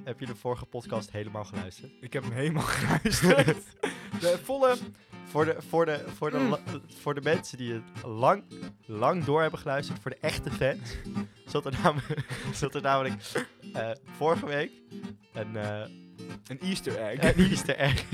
Heb je de vorige podcast helemaal geluisterd? Ik heb hem helemaal geluisterd. De volle... Voor de mensen die het lang door hebben geluisterd, voor de echte fans, zat er namelijk vorige week Een Easter egg. een Easter egg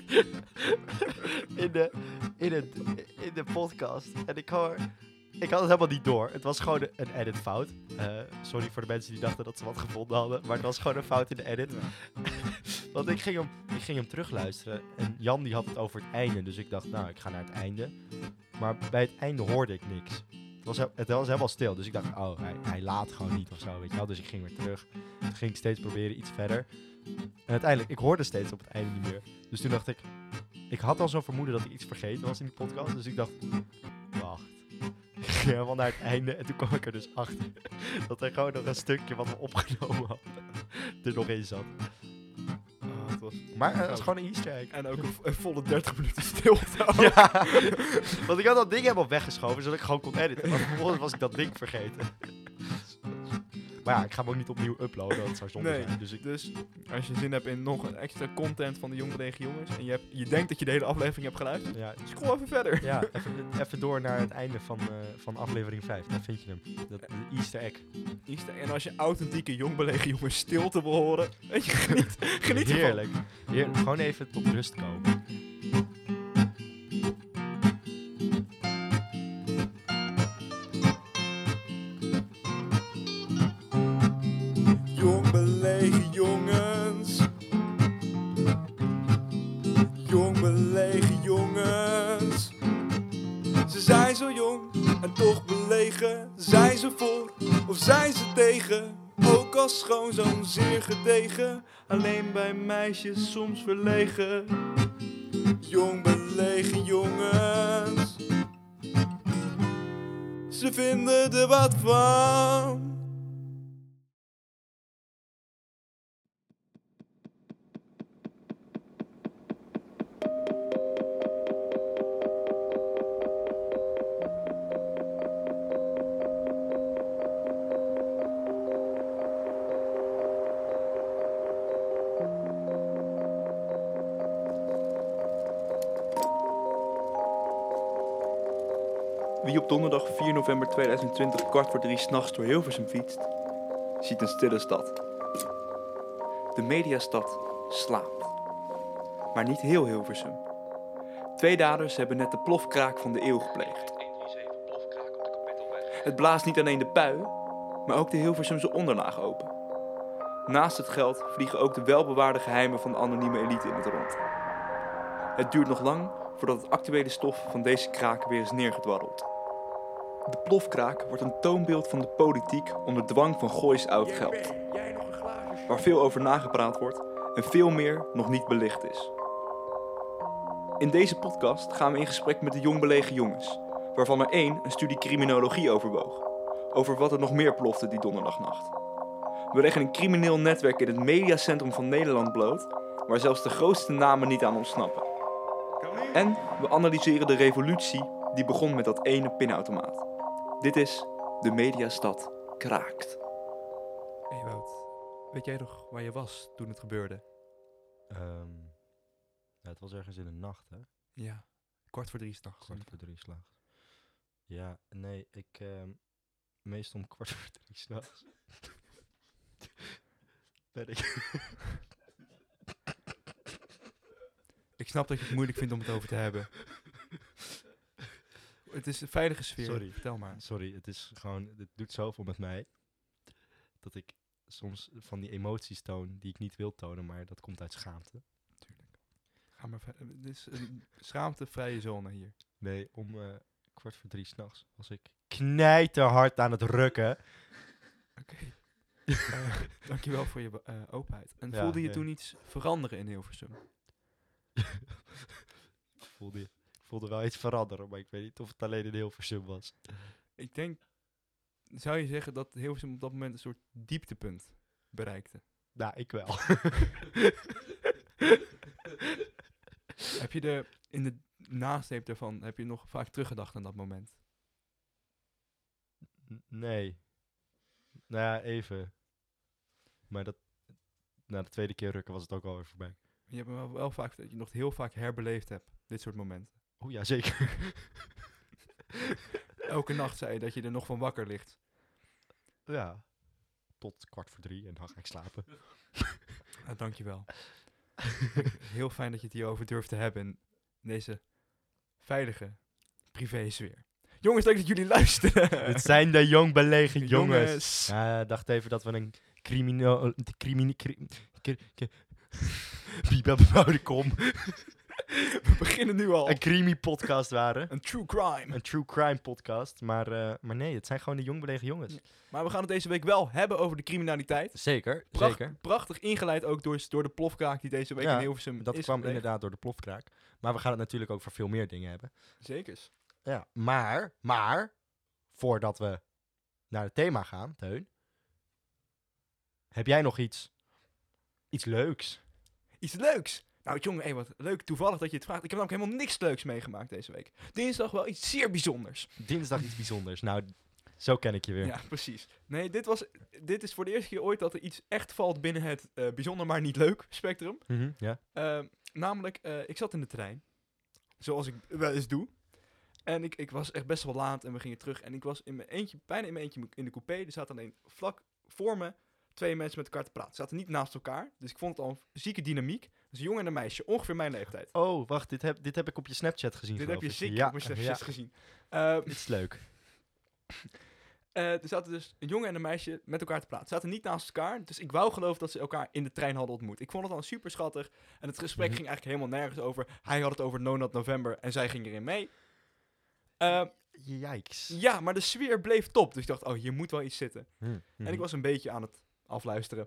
in de podcast. En ik had het helemaal niet door. Het was gewoon een editfout. Sorry voor de mensen die dachten dat ze wat gevonden hadden, maar het was gewoon een fout in de edit. Ja. Want ik ging hem terugluisteren en Jan die had het over het einde, dus ik dacht, nou, ik ga naar het einde. Maar bij het einde hoorde ik niks. Het was helemaal stil, dus ik dacht, oh, hij laat gewoon niet of zo, weet je wel. Dus ik ging weer terug. Toen ging ik steeds proberen iets verder. En uiteindelijk, ik hoorde steeds op het einde niet meer. Dus toen dacht ik had al zo'n vermoeden dat ik iets vergeten was in die podcast. Dus ik dacht, wacht. Ik ging helemaal naar het einde en toen kwam ik er dus achter dat er gewoon nog een stukje wat we opgenomen hadden er nog in zat. Het was... Maar het is gewoon een Easter egg. En ook een volle 30 minuten stilte. Ja, want ik had dat ding helemaal weggeschoven zodat ik gewoon kon editen. Maar vervolgens was ik dat ding vergeten. Maar ja, ik ga hem ook niet opnieuw uploaden, dat zou zonde zijn. Dus als je zin hebt in nog een extra content van de Jong Belegen Jongens en je denkt dat je de hele aflevering hebt geluisterd, Ja, scroll even verder. ja, even door naar het einde van aflevering 5. Dan vind je hem. De Easter egg. En als je authentieke Jong Belegen Jongens stilte wil horen, weet je, geniet ervan. Heerlijk. Gewoon even tot rust komen. Jong Belegen Jongens. Jong Belegen Jongens. Ze zijn zo jong en toch belegen. Zijn ze voor of zijn ze tegen? Ook als schoonzoon zeer gedegen. Alleen bij meisjes soms verlegen. Jong Belegen Jongens. Ze vinden er wat van. Wie op donderdag 4 november 2020 3:15 s'nachts door Hilversum fietst, ziet een stille stad. De mediastad slaapt. Maar niet heel Hilversum. 2 daders hebben net de plofkraak van de eeuw gepleegd. Het blaast niet alleen de pui, maar ook de Hilversumse onderlaag open. Naast het geld vliegen ook de welbewaarde geheimen van de anonieme elite in het rond. Het duurt nog lang voordat het actuele stof van deze kraak weer is neergedwarreld. De plofkraak wordt een toonbeeld van de politiek onder dwang van Goois oud geld. Waar veel over nagepraat wordt en veel meer nog niet belicht is. In deze podcast gaan we in gesprek met de Jong Belegen Jongens, waarvan er 1 een studie criminologie overwoog. Over wat er nog meer plofte die donderdagnacht. We leggen een crimineel netwerk in het mediacentrum van Nederland bloot, waar zelfs de grootste namen niet aan ontsnappen. En we analyseren de revolutie die begon met dat ene pinautomaat. Dit is De Mediastad Kraakt. Hey Wout, weet jij nog waar je was toen het gebeurde? Het was ergens in de nacht, hè? Ja, 2:15 s'nachts. 2:45 s'nachts. Ja, nee, meestal om 2:45 s'nachts. Ben ik... Ik snap dat je het moeilijk vindt om het over te hebben. Het is een veilige sfeer. Sorry. Vertel maar. Sorry, het doet zoveel met mij. Dat ik soms van die emoties toon die ik niet wil tonen, maar dat komt uit schaamte. Tuurlijk. Ga maar verder. Het is een schaamtevrije zone hier. Nee, om 2:45 s'nachts was ik knijterhard aan het rukken. Oké. Dankjewel voor je openheid. En Ja, voelde je nee. toen iets veranderen in Hilversum? Ik voelde wel iets veranderen, maar ik weet niet of het alleen in Hilversum was. Ik denk, zou je zeggen dat Hilversum op dat moment een soort dieptepunt bereikte? Nou, ik wel. Heb je in de nasleep daarvan, heb je nog vaak teruggedacht aan dat moment? Nee. Nou ja, even. Maar na de tweede keer rukken was het ook alweer voorbij. Je hebt me wel vaak dat je nog heel vaak herbeleefd hebt. Dit soort momenten. Oh ja, zeker. Elke nacht zei je dat je er nog van wakker ligt. Ja. Tot 2:45 en dan ga ik slapen. Nou, dankjewel. Heel fijn dat je het hierover durft te hebben in deze veilige privésfeer. Jongens, leuk dat jullie luisteren. Dit zijn de jong belegen jongens. Jongens. Ja, dacht even dat we een crimineel... kom. We beginnen nu al. Een crimi-podcast waren. Een true crime. Een true crime podcast. Maar nee, het zijn gewoon de jong belegen jongens. Maar we gaan het deze week wel hebben over de criminaliteit. Zeker, Pracht- zeker. Prachtig ingeleid ook door de plofkraak die deze week Ja, in Hilversum Dat is kwam gepleegd. inderdaad door de plofkraak. Maar we gaan het natuurlijk ook voor veel meer dingen hebben. Zekers. Ja, maar, voordat we naar het thema gaan, Teun, heb jij nog iets leuks? Iets leuks. Nou jongen, wat leuk toevallig dat je het vraagt. Ik heb namelijk helemaal niks leuks meegemaakt deze week. Dinsdag wel iets zeer bijzonders. Dinsdag iets bijzonders. Nou, zo ken ik je weer. Ja, precies. Nee, dit is voor de eerste keer ooit dat er iets echt valt binnen het bijzonder maar niet leuk spectrum. Ja. Namelijk, ik zat in de trein. Zoals ik wel eens doe. En ik was echt best wel laat en we gingen terug. En ik was in mijn eentje, bijna in mijn eentje in de coupé. Er zaten alleen vlak voor me 2 mensen met elkaar te praten. Ze zaten niet naast elkaar. Dus ik vond het al een zieke dynamiek. Dus een jongen en een meisje, ongeveer mijn leeftijd. Oh, wacht, dit heb ik op je Snapchat gezien. Dit heb je geloof ik. zeker op mijn Snapchat gezien. Dit is leuk. Er zaten dus een jongen en een meisje met elkaar te praten. Ze zaten niet naast elkaar, dus ik wou geloven dat ze elkaar in de trein hadden ontmoet. Ik vond het dan super schattig. En het gesprek ging eigenlijk helemaal nergens over. Hij had het over No Nut November en zij ging erin mee. Yikes. Ja, maar de sfeer bleef top. Dus ik dacht, oh, hier moet wel iets zitten. Mhm. En ik was een beetje aan het afluisteren.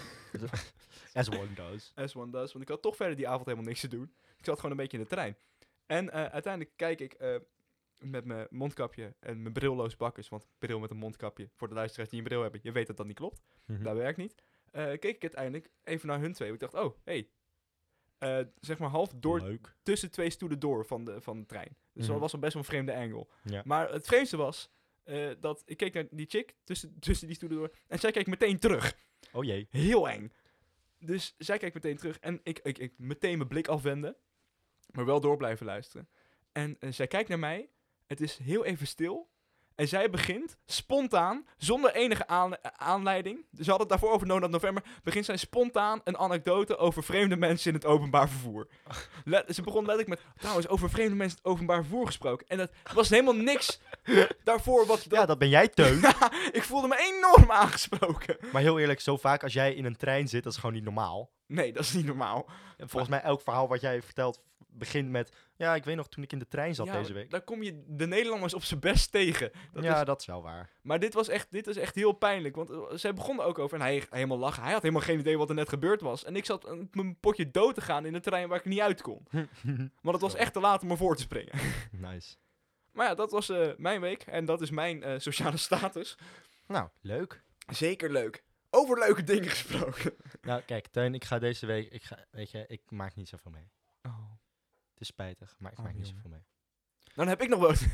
As one does. As one does. Want ik had toch verder die avond helemaal niks te doen. Ik zat gewoon een beetje in de trein. En uiteindelijk kijk ik met mijn mondkapje en mijn brilloos bakkers. Want bril met een mondkapje, voor de luisteraars die een bril hebben, je weet dat dat niet klopt. Mhm. Dat werkt niet. Keek ik uiteindelijk even naar hun twee. Ik dacht, oh, hey. Zeg maar half door, Leuk. tussen 2 stoelen door van de trein. Dus Mhm. dat was al best wel een vreemde angle. Ja. Maar het vreemdste was dat ik keek naar die chick tussen die stoelen door. En zij keek meteen terug. Oh jee. Heel eng. Dus zij kijkt meteen terug en ik meteen mijn blik afwenden. Maar wel door blijven luisteren. En zij kijkt naar mij. Het is heel even stil. En zij begint spontaan, zonder enige aanleiding. Ze hadden het daarvoor over No Nut November. Begint zij spontaan een anekdote over vreemde mensen in het openbaar vervoer. Ze begon letterlijk met, trouwens, over vreemde mensen in het openbaar vervoer gesproken. En dat was helemaal niks daarvoor wat... Ja, dat ben jij, Teun. Ik voelde me enorm aangesproken. Maar heel eerlijk, zo vaak als jij in een trein zit, dat is gewoon niet normaal. Nee, dat is niet normaal. En volgens mij elk verhaal wat jij vertelt begint met... Ja, ik weet nog toen ik in de trein zat Ja, deze week. daar kom je de Nederlanders op zijn best tegen. Dat is wel waar. Maar dit is echt heel pijnlijk. Want zij begonnen ook over. En hij helemaal lachen. Hij had helemaal geen idee wat er net gebeurd was. En ik zat mijn potje dood te gaan in een trein waar ik niet uit kon. Want het was echt te laat om me voor te springen. Nice. Maar ja, dat was mijn week. En dat is mijn sociale status. Nou, leuk. Zeker leuk. Over leuke dingen gesproken. Nou, kijk, Teun, ik ga deze week... Weet je, ik maak niet zoveel mee. Oh. Het is spijtig, maar ik Oh, maak niet jongen. zoveel mee. Dan heb ik nog wat.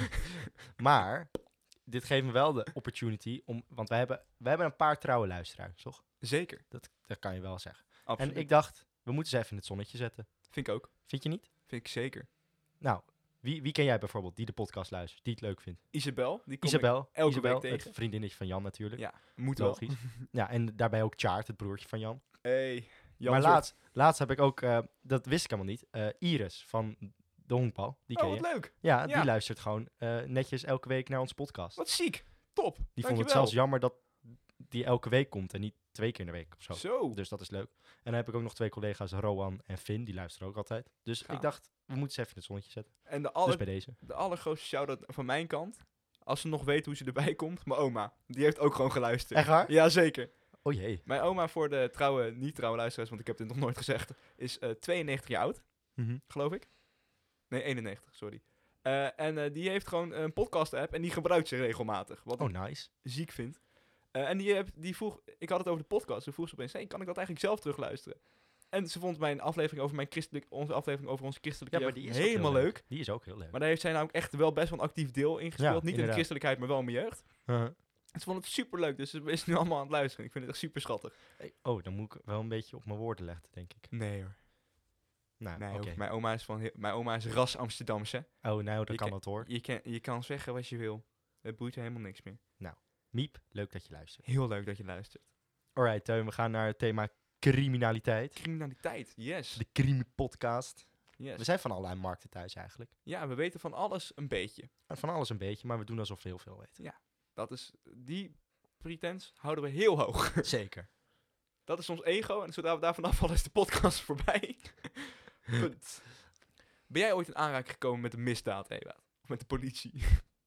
Maar, dit geeft me wel de opportunity om... Want wij hebben een paar trouwe luisteraars, toch? Zeker. Dat kan je wel zeggen. Absoluut. En ik dacht, we moeten ze even in het zonnetje zetten. Vind ik ook. Vind je niet? Vind ik zeker. Nou, wie ken jij bijvoorbeeld die de podcast luistert, die het leuk vindt? Isabel. Die kom Isabel, elke Isabel, week het tegen. vriendinnetje van Jan natuurlijk. Ja, moet wel. Logisch. Ja, en daarbij ook Tjaart, het broertje van Jan. Hey, Jan Maar Zort. laatst heb ik ook, dat wist ik helemaal niet, Iris van de Honkbal. Die ken Oh, je. wat leuk. Ja, Ja. die luistert gewoon netjes elke week naar onze podcast. Wat ziek. Top. Die vond het Dankjewel. zelfs jammer dat die elke week komt en niet 2 keer in de week of zo. Zo. Dus dat is leuk. En dan heb ik ook nog 2 collega's, Rowan en Finn, die luisteren ook altijd. Dus Gaaf. ik dacht, we moeten ze even in het zonnetje zetten. En Dus bij deze. de allergrootste shout-out van mijn kant. Als ze nog weet hoe ze erbij komt. Mijn oma. Die heeft ook gewoon geluisterd. Echt waar? Jazeker. Oh jee. Mijn oma, voor de niet trouwe luisteraars, want ik heb dit nog nooit gezegd, is 92 jaar oud, geloof ik. Nee, 91, sorry. En die heeft gewoon een podcast-app en die gebruikt ze regelmatig. Wat Oh, ik nice. ziek vind. En die vroeg, ik had het over de podcast, ze vroeg ze opeens, hey, kan ik dat eigenlijk zelf terugluisteren? En ze vond mijn aflevering over onze aflevering over onze christelijke Ja, maar jeugd die is ook helemaal heel leuk. Die is ook heel leuk. Maar daar heeft zij namelijk echt wel best wel een actief deel in gespeeld. Niet in de inderdaad. christelijkheid, maar wel in mijn jeugd. Uh-huh. Ze vonden het superleuk, dus ze is nu allemaal aan het luisteren. Ik vind het echt super schattig. Oh, dan moet ik wel een beetje op mijn woorden letten, denk ik. Nee hoor. Nou, Nee, oké. mijn oma is ras Amsterdamse. Oh, nou, dat Je kan kan- het hoor. Je kan zeggen wat je wil. Het boeit er helemaal niks meer. Miep, leuk dat je luistert. Heel leuk dat je luistert. Alright, Teun, we gaan naar het thema criminaliteit. Criminaliteit, yes. De Crimi-podcast. yes. We zijn van allerlei markten thuis eigenlijk. Ja, we weten van alles een beetje. Van alles een beetje, maar we doen alsof we heel veel weten. Dat is, die pretens houden we heel hoog. Zeker. Dat is ons ego en zodra we daarvan afvallen is de podcast voorbij. Punt. Ben jij ooit in aanraking gekomen met een misdaad, Ewout? Of met de politie?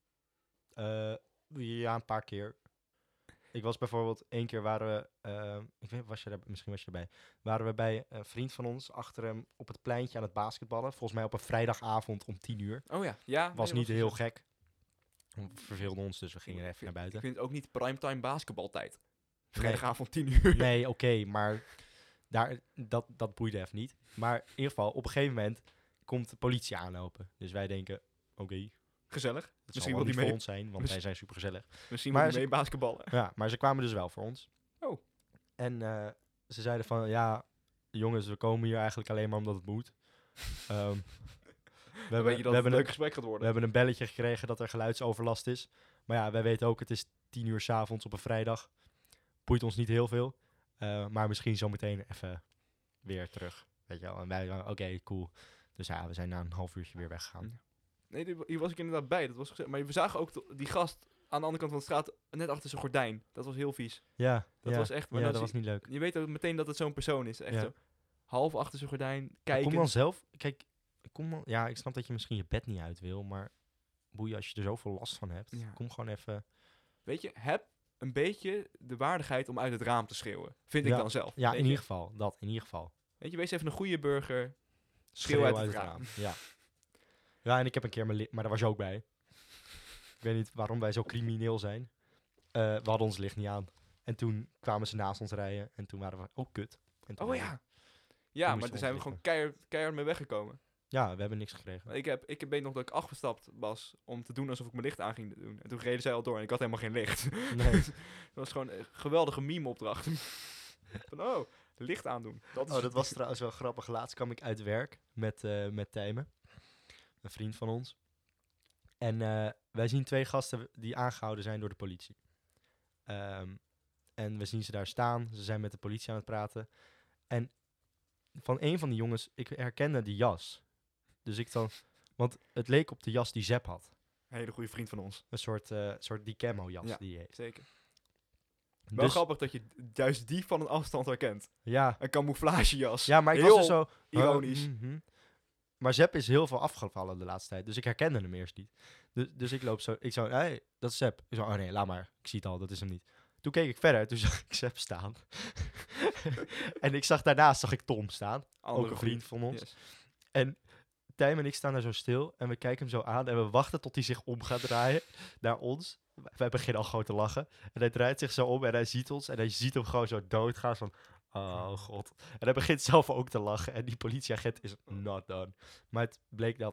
Ja, een paar keer. Ik was bijvoorbeeld, één keer waren we, ik weet, misschien was je erbij, waren we bij een vriend van ons achter hem op het pleintje aan het basketballen. Volgens mij op een vrijdagavond om 10:00. Oh ja. Ja. Was nee, niet dat heel zo. gek. We verveelden ons, dus we gingen even naar Ik buiten. vind het ook niet primetime basketbaltijd. Nee. Vrijdagavond 10:00. Nee, oké, maar dat boeide even niet. Maar in ieder geval, op een gegeven moment komt de politie aanlopen. Dus wij denken, oké, Gezellig. het Misschien zal wil wel die niet voor mee, ons zijn, want wij zijn super gezellig. misschien Maar wil die mee basketballen. Ja, maar ze kwamen dus wel voor ons. Oh. En ze zeiden van, ja, jongens, we komen hier eigenlijk alleen maar omdat het moet. Dan weet je dat het een leuk gesprek gaat we worden. hebben een belletje gekregen dat er geluidsoverlast is. Maar ja, wij weten ook, het is 10:00 s'avonds op een vrijdag. Boeit ons niet heel veel. Maar misschien zometeen even weer terug. Weet je wel. En wij oké, cool. Dus ja, we zijn na een half uurtje weer weggegaan. Nee, hier was ik inderdaad bij. Dat was gezellig. Maar we zagen ook die gast aan de andere kant van de straat net achter zijn gordijn. Dat was heel vies. Ja, Dat was echt... Maar ja, dan dat was zie- niet leuk. Je weet ook meteen dat het zo'n persoon is. Echt Ja. zo half achter zijn gordijn, Kom kijken. dan zelf. Kijk, ja, ik snap dat je misschien je bed niet uit wil. Maar boeien als je er zoveel last van hebt. Ja. Kom gewoon even. Weet je, heb een beetje de waardigheid om uit het raam te schreeuwen. Vind ik Ja. dan zelf. Ja, weet in je? ieder geval. Dat, in ieder geval. Weet je, wees even een goede burger. Schreeuw uit het raam. Ja. Ja, en ik heb een keer maar daar was je ook bij. Ik weet niet waarom wij zo crimineel zijn. We hadden ons licht niet aan. En toen kwamen ze naast ons rijden. En toen waren we, oh kut. En toen Oh waren we- ja. Ja, maar moesten daar we zijn we ons gewoon keihard mee weggekomen. Ja, we hebben niks gekregen. Ik weet nog dat ik afgestapt was om te doen alsof ik mijn licht aan ging doen. En toen reden zij al door en ik had helemaal geen licht. Nee. Dat was gewoon een geweldige meme-opdracht. Van, oh, licht aandoen. Oh, dat was trouwens wel grappig. Laatst kwam ik uit werk met Tijmen. Een vriend van ons. En wij zien 2 gasten die aangehouden zijn door de politie. En we zien ze daar staan. Ze zijn met de politie aan het praten. En van een van die jongens, ik herkende die jas. Dus ik dan... Want het leek op de jas die Zep had. Een hele goede vriend van ons. Een soort die camo jas Ja. die hij heeft. Zeker. Wel Dus, grappig dat je juist die van een afstand herkent. ja. Een camouflagejas. Ja, maar ik Heel was er zo... ironisch. Maar Zep is heel veel afgevallen de laatste tijd. Dus ik herkende hem eerst niet. Dus ik loop zo... Ik zo, hey, dat is Zep. Ik zo, oh nee, laat maar. Ik zie het al, dat is hem niet. Toen keek ik verder. Toen zag ik Zep staan. En daarnaast zag ik Tom staan. Andere ook een vriend van ons. Yes. En Tijm en ik staan daar zo stil. En we kijken hem zo aan. En we wachten tot hij zich om gaat draaien naar ons. Wij beginnen al gewoon te lachen. En hij draait zich zo om en hij ziet ons. En hij ziet hem gewoon zo doodgaan van... Oh god. En hij begint zelf ook te lachen. En die politieagent is not done. Maar het bleek dat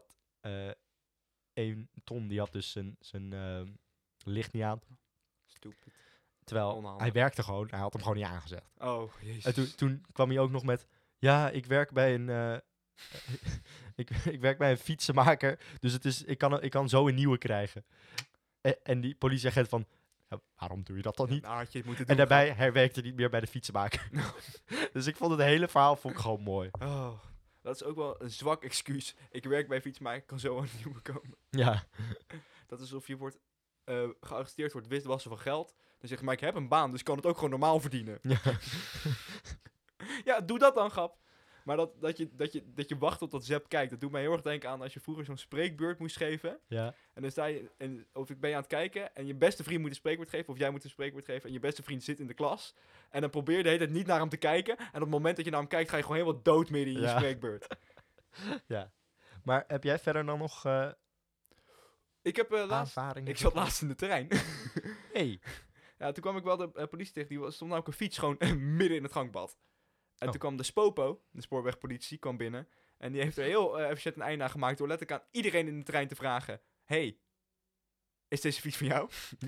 Tom die had dus zijn licht niet aan. Stupid. Terwijl Onhandig. hij werkte gewoon. Hij had hem gewoon niet aangezet. Oh, jezus. En toen kwam hij ook nog met... Ja, ik werk bij een... ik werk bij een fietsenmaker. Dus ik kan zo een nieuwe krijgen. En die politieagent van... Ja, waarom doe je dat dan niet? Nou had je het moeten En doen. daarbij, hij werkte niet meer bij de fietsenmaker. Dus ik vond het hele verhaal gewoon mooi. Oh, dat is ook wel een zwak excuus. Ik werk bij fiets, maar ik kan zo aan een nieuwe komen. Ja. Dat is alsof je wordt gearresteerd voor het witwassen van geld. Dan zeg je, maar ik heb een baan, dus ik kan het ook gewoon normaal verdienen. Ja. Ja, doe dat dan, grap. Maar dat je wacht tot dat Zep kijkt, dat doet mij heel erg denken aan als je vroeger zo'n spreekbeurt moest geven. Ja. En dan sta je, of ben je aan het kijken en je beste vriend moet een spreekwoord geven, of jij moet een spreekwoord geven, en je beste vriend zit in de klas. En dan probeer je de hele tijd niet naar hem te kijken. En op het moment dat je naar hem kijkt, ga je gewoon helemaal dood midden in je Ja. spreekbeurt. Ja. Maar heb jij verder dan nog Ik heb laatst... aanvaringen? Ik zat laatst in de trein. Hey. Ja, toen kwam ik wel de politie tegen. Stond namelijk een fiets gewoon midden in het gangpad. En Oh. toen kwam de SPOPO, de spoorwegpolitie, kwam binnen. En die heeft er heel efficiënt een einde aan gemaakt door letterlijk aan iedereen in de trein te vragen... Hey, is deze fiets van jou?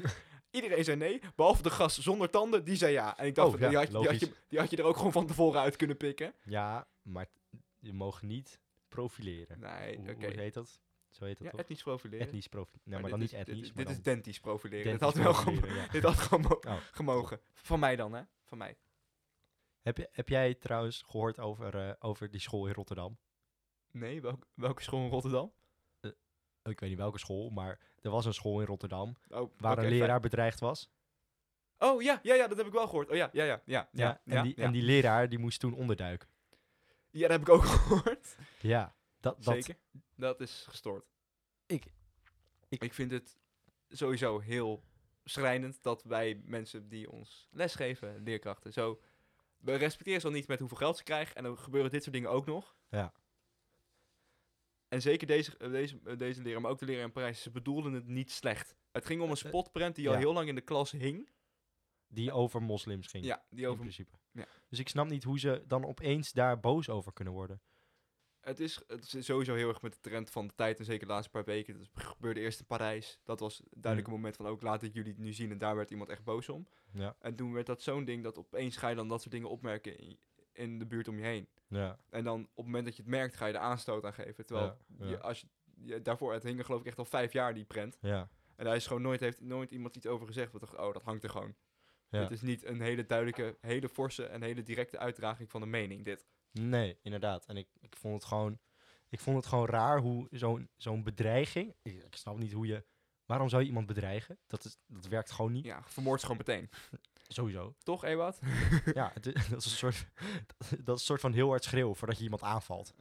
Iedereen zei nee, behalve de gast zonder tanden, die zei ja. En ik dacht, Oh, ja, die had je er ook gewoon van tevoren uit kunnen pikken. Ja, maar je mag niet profileren. Nee, Hoe oké. heet dat? Zo heet dat Ja, toch? etnisch profileren. Etnisch profileren. Nee, maar dit dan niet is- etnisch. Dit, maar dit is dan dentisch profileren. dentisch Dit had wel profileren, ja. dit had gewoon Oh, gemogen. Van mij dan, hè? Van mij. Heb jij trouwens gehoord over die school in Rotterdam? Nee, welke school in Rotterdam? Ik weet niet welke school, maar er was een school in Rotterdam Oh, waar oké, een leraar bedreigd was. fijn. Oh ja, dat heb ik wel gehoord. Oh ja. En die leraar die moest toen onderduiken. Ja, dat heb ik ook gehoord. Ja, dat Zeker. Dat is gestoord. Ik- Ik vind het sowieso heel schrijnend dat wij mensen die ons lesgeven, leerkrachten, zo... We respecteren ze al niet met hoeveel geld ze krijgen en dan gebeuren dit soort dingen ook nog. Ja. En zeker deze leraar, maar ook de leraar in Parijs, ze bedoelden het niet slecht. Het ging om een spotprent die al ja. heel lang in de klas hing. Die over moslims ging. Ja, die in over... principe. ja. Dus ik snap niet hoe ze dan opeens daar boos over kunnen worden. Het is sowieso heel erg met de trend van de tijd en zeker de laatste paar weken. Dat gebeurde eerst in Parijs. Dat was duidelijk een moment van ook laat ik jullie het nu zien en daar werd iemand echt boos om. Ja. En toen werd dat zo'n ding dat opeens ga je dan dat soort dingen opmerken in de buurt om je heen. Ja. En dan op het moment dat je het merkt ga je de aanstoot aan geven. Terwijl Ja. daarvoor, het hing er geloof ik echt al 5 jaar die prent. Ja. En daar is gewoon heeft nooit iemand iets over gezegd. Wat dacht, oh, dat hangt er gewoon. Ja. Het is niet een hele duidelijke, hele forse en hele directe uitdraging van de mening, dit. Nee, inderdaad. En ik vond het gewoon raar hoe zo'n bedreiging... Ik snap niet hoe je... Waarom zou je iemand bedreigen? Dat werkt gewoon niet. Ja, vermoord ze gewoon meteen. Sowieso. Toch, Ewout? Ja, dat is een soort van heel hard schreeuwen voordat je iemand aanvalt.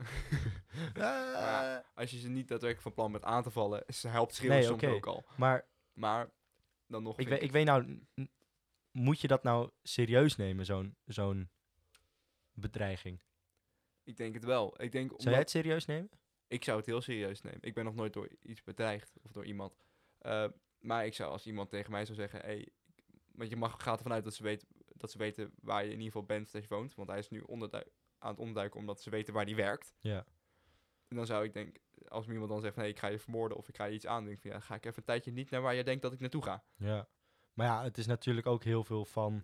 Ja, als je ze niet daadwerkelijk van plan bent aan te vallen, helpt schreeuwen Nee, soms oké. ook al. Maar Dan nog... ik weet nou... Moet je dat nou serieus nemen, zo'n bedreiging? Ik denk het wel. Zou jij het serieus nemen? Ik zou het heel serieus nemen. Ik ben nog nooit door iets bedreigd of door iemand. Maar ik zou als iemand tegen mij zou zeggen... Hey, want gaat ervan uit dat ze weten waar je in ieder geval bent, dat je woont. Want hij is nu aan het onderduiken omdat ze weten waar hij werkt. Ja. En dan zou ik denken, als me iemand dan zegt van... Hey, ik ga je vermoorden of ik ga je iets aan. Dan denk ik van, ja, ga ik even een tijdje niet naar waar je denkt dat ik naartoe ga. Ja. Maar ja, het is natuurlijk ook heel veel van...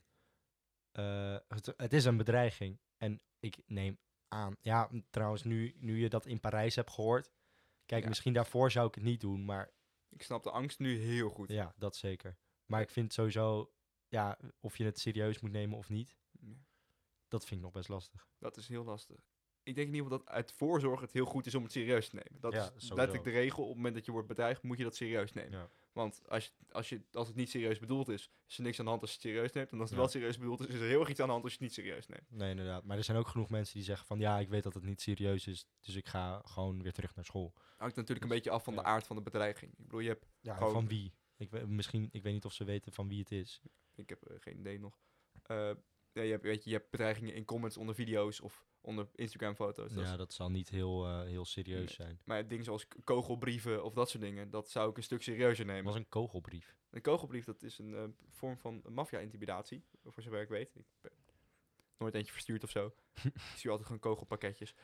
het is een bedreiging. En ik neem aan... Ja, trouwens, nu je dat in Parijs hebt gehoord... Kijk, Ja. misschien daarvoor zou ik het niet doen, maar... Ik snap de angst nu heel goed. Ja, dat zeker. Maar ik vind sowieso... Ja, of je het serieus moet nemen of niet... Ja. Dat vind ik nog best lastig. Dat is heel lastig. Ik denk in ieder geval dat uit voorzorg het heel goed is om het serieus te nemen. Dat Ja, is sowieso. letterlijk de regel. Op het moment dat je wordt bedreigd, moet je dat serieus nemen. Ja. Want als het niet serieus bedoeld is er niks aan de hand als je het serieus neemt. En als het Ja. wel serieus bedoeld is er heel erg iets aan de hand als je het niet serieus neemt. Nee, inderdaad. Maar er zijn ook genoeg mensen die zeggen van... Ja, ik weet dat het niet serieus is, dus ik ga gewoon weer terug naar school. Hangt natuurlijk een Dus, beetje af van de ja. aard van de bedreiging. Ik bedoel, je hebt... Ja, en Gewoon- van wie? Ik weet niet of ze weten van wie het is. Ik heb geen idee nog. Ja, je hebt bedreigingen in comments onder video's of onder Instagram-foto's. Ja, dat zal niet heel serieus zijn. Maar dingen zoals kogelbrieven of dat soort dingen, dat zou ik een stuk serieuzer Het nemen. was een kogelbrief. Een kogelbrief, dat is een vorm van maffia-intimidatie, voor zover ik weet. Ik ben nooit eentje verstuurd of zo. Ik stuur altijd gewoon kogelpakketjes.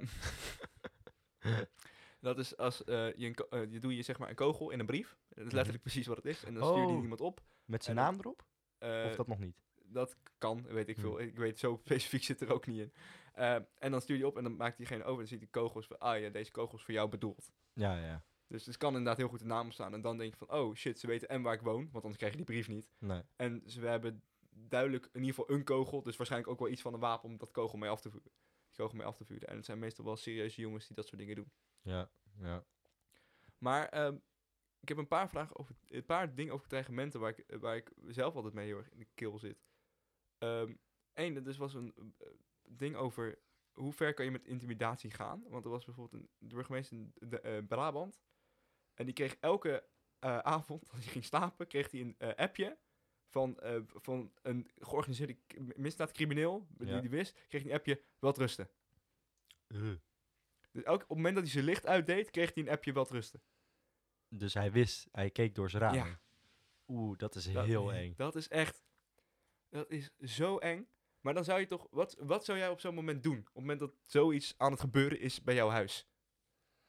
Dat is als je doe je zeg maar een kogel in een brief. Dat is letterlijk precies wat het is. En dan stuur je die Oh. iemand op. Met zijn En naam erop? Eh, Of dat nog niet? Dat kan, weet ik veel. Hmm. Ik weet zo specifiek zit er ook niet in. En dan stuur je op en dan maakt diegene over en dan ziet die kogels van, ah ja, deze kogel is voor jou bedoeld. Ja. Dus er kan inderdaad heel goed de naam op staan. En dan denk je van, oh shit, ze weten en waar ik woon, want anders krijg je die brief niet. Nee. En we hebben duidelijk in ieder geval een kogel, dus waarschijnlijk ook wel iets van een wapen om dat kogel mee af te vuren. Die kogel mee af te vuren. En het zijn meestal wel serieuze jongens die dat soort dingen doen. Ja. Maar ik heb een paar dingen over dreigementen waar ik zelf altijd mee heel erg in de keel zit. Eén, dat was een ding over hoe ver kan je met intimidatie gaan. Want er was bijvoorbeeld een burgemeester in Brabant. En die kreeg elke avond, als hij ging slapen, kreeg hij een appje van een georganiseerde misdaadcrimineel, Ja. die wist, kreeg hij een appje, welterusten. Dus op het moment dat hij zijn licht uitdeed, kreeg hij een appje, welterusten. Dus hij keek door zijn raam. Ja. Oeh, dat is heel eng. Dat is zo eng. Maar dan zou je toch, wat zou jij op zo'n moment doen? Op het moment dat zoiets aan het gebeuren is bij jouw huis?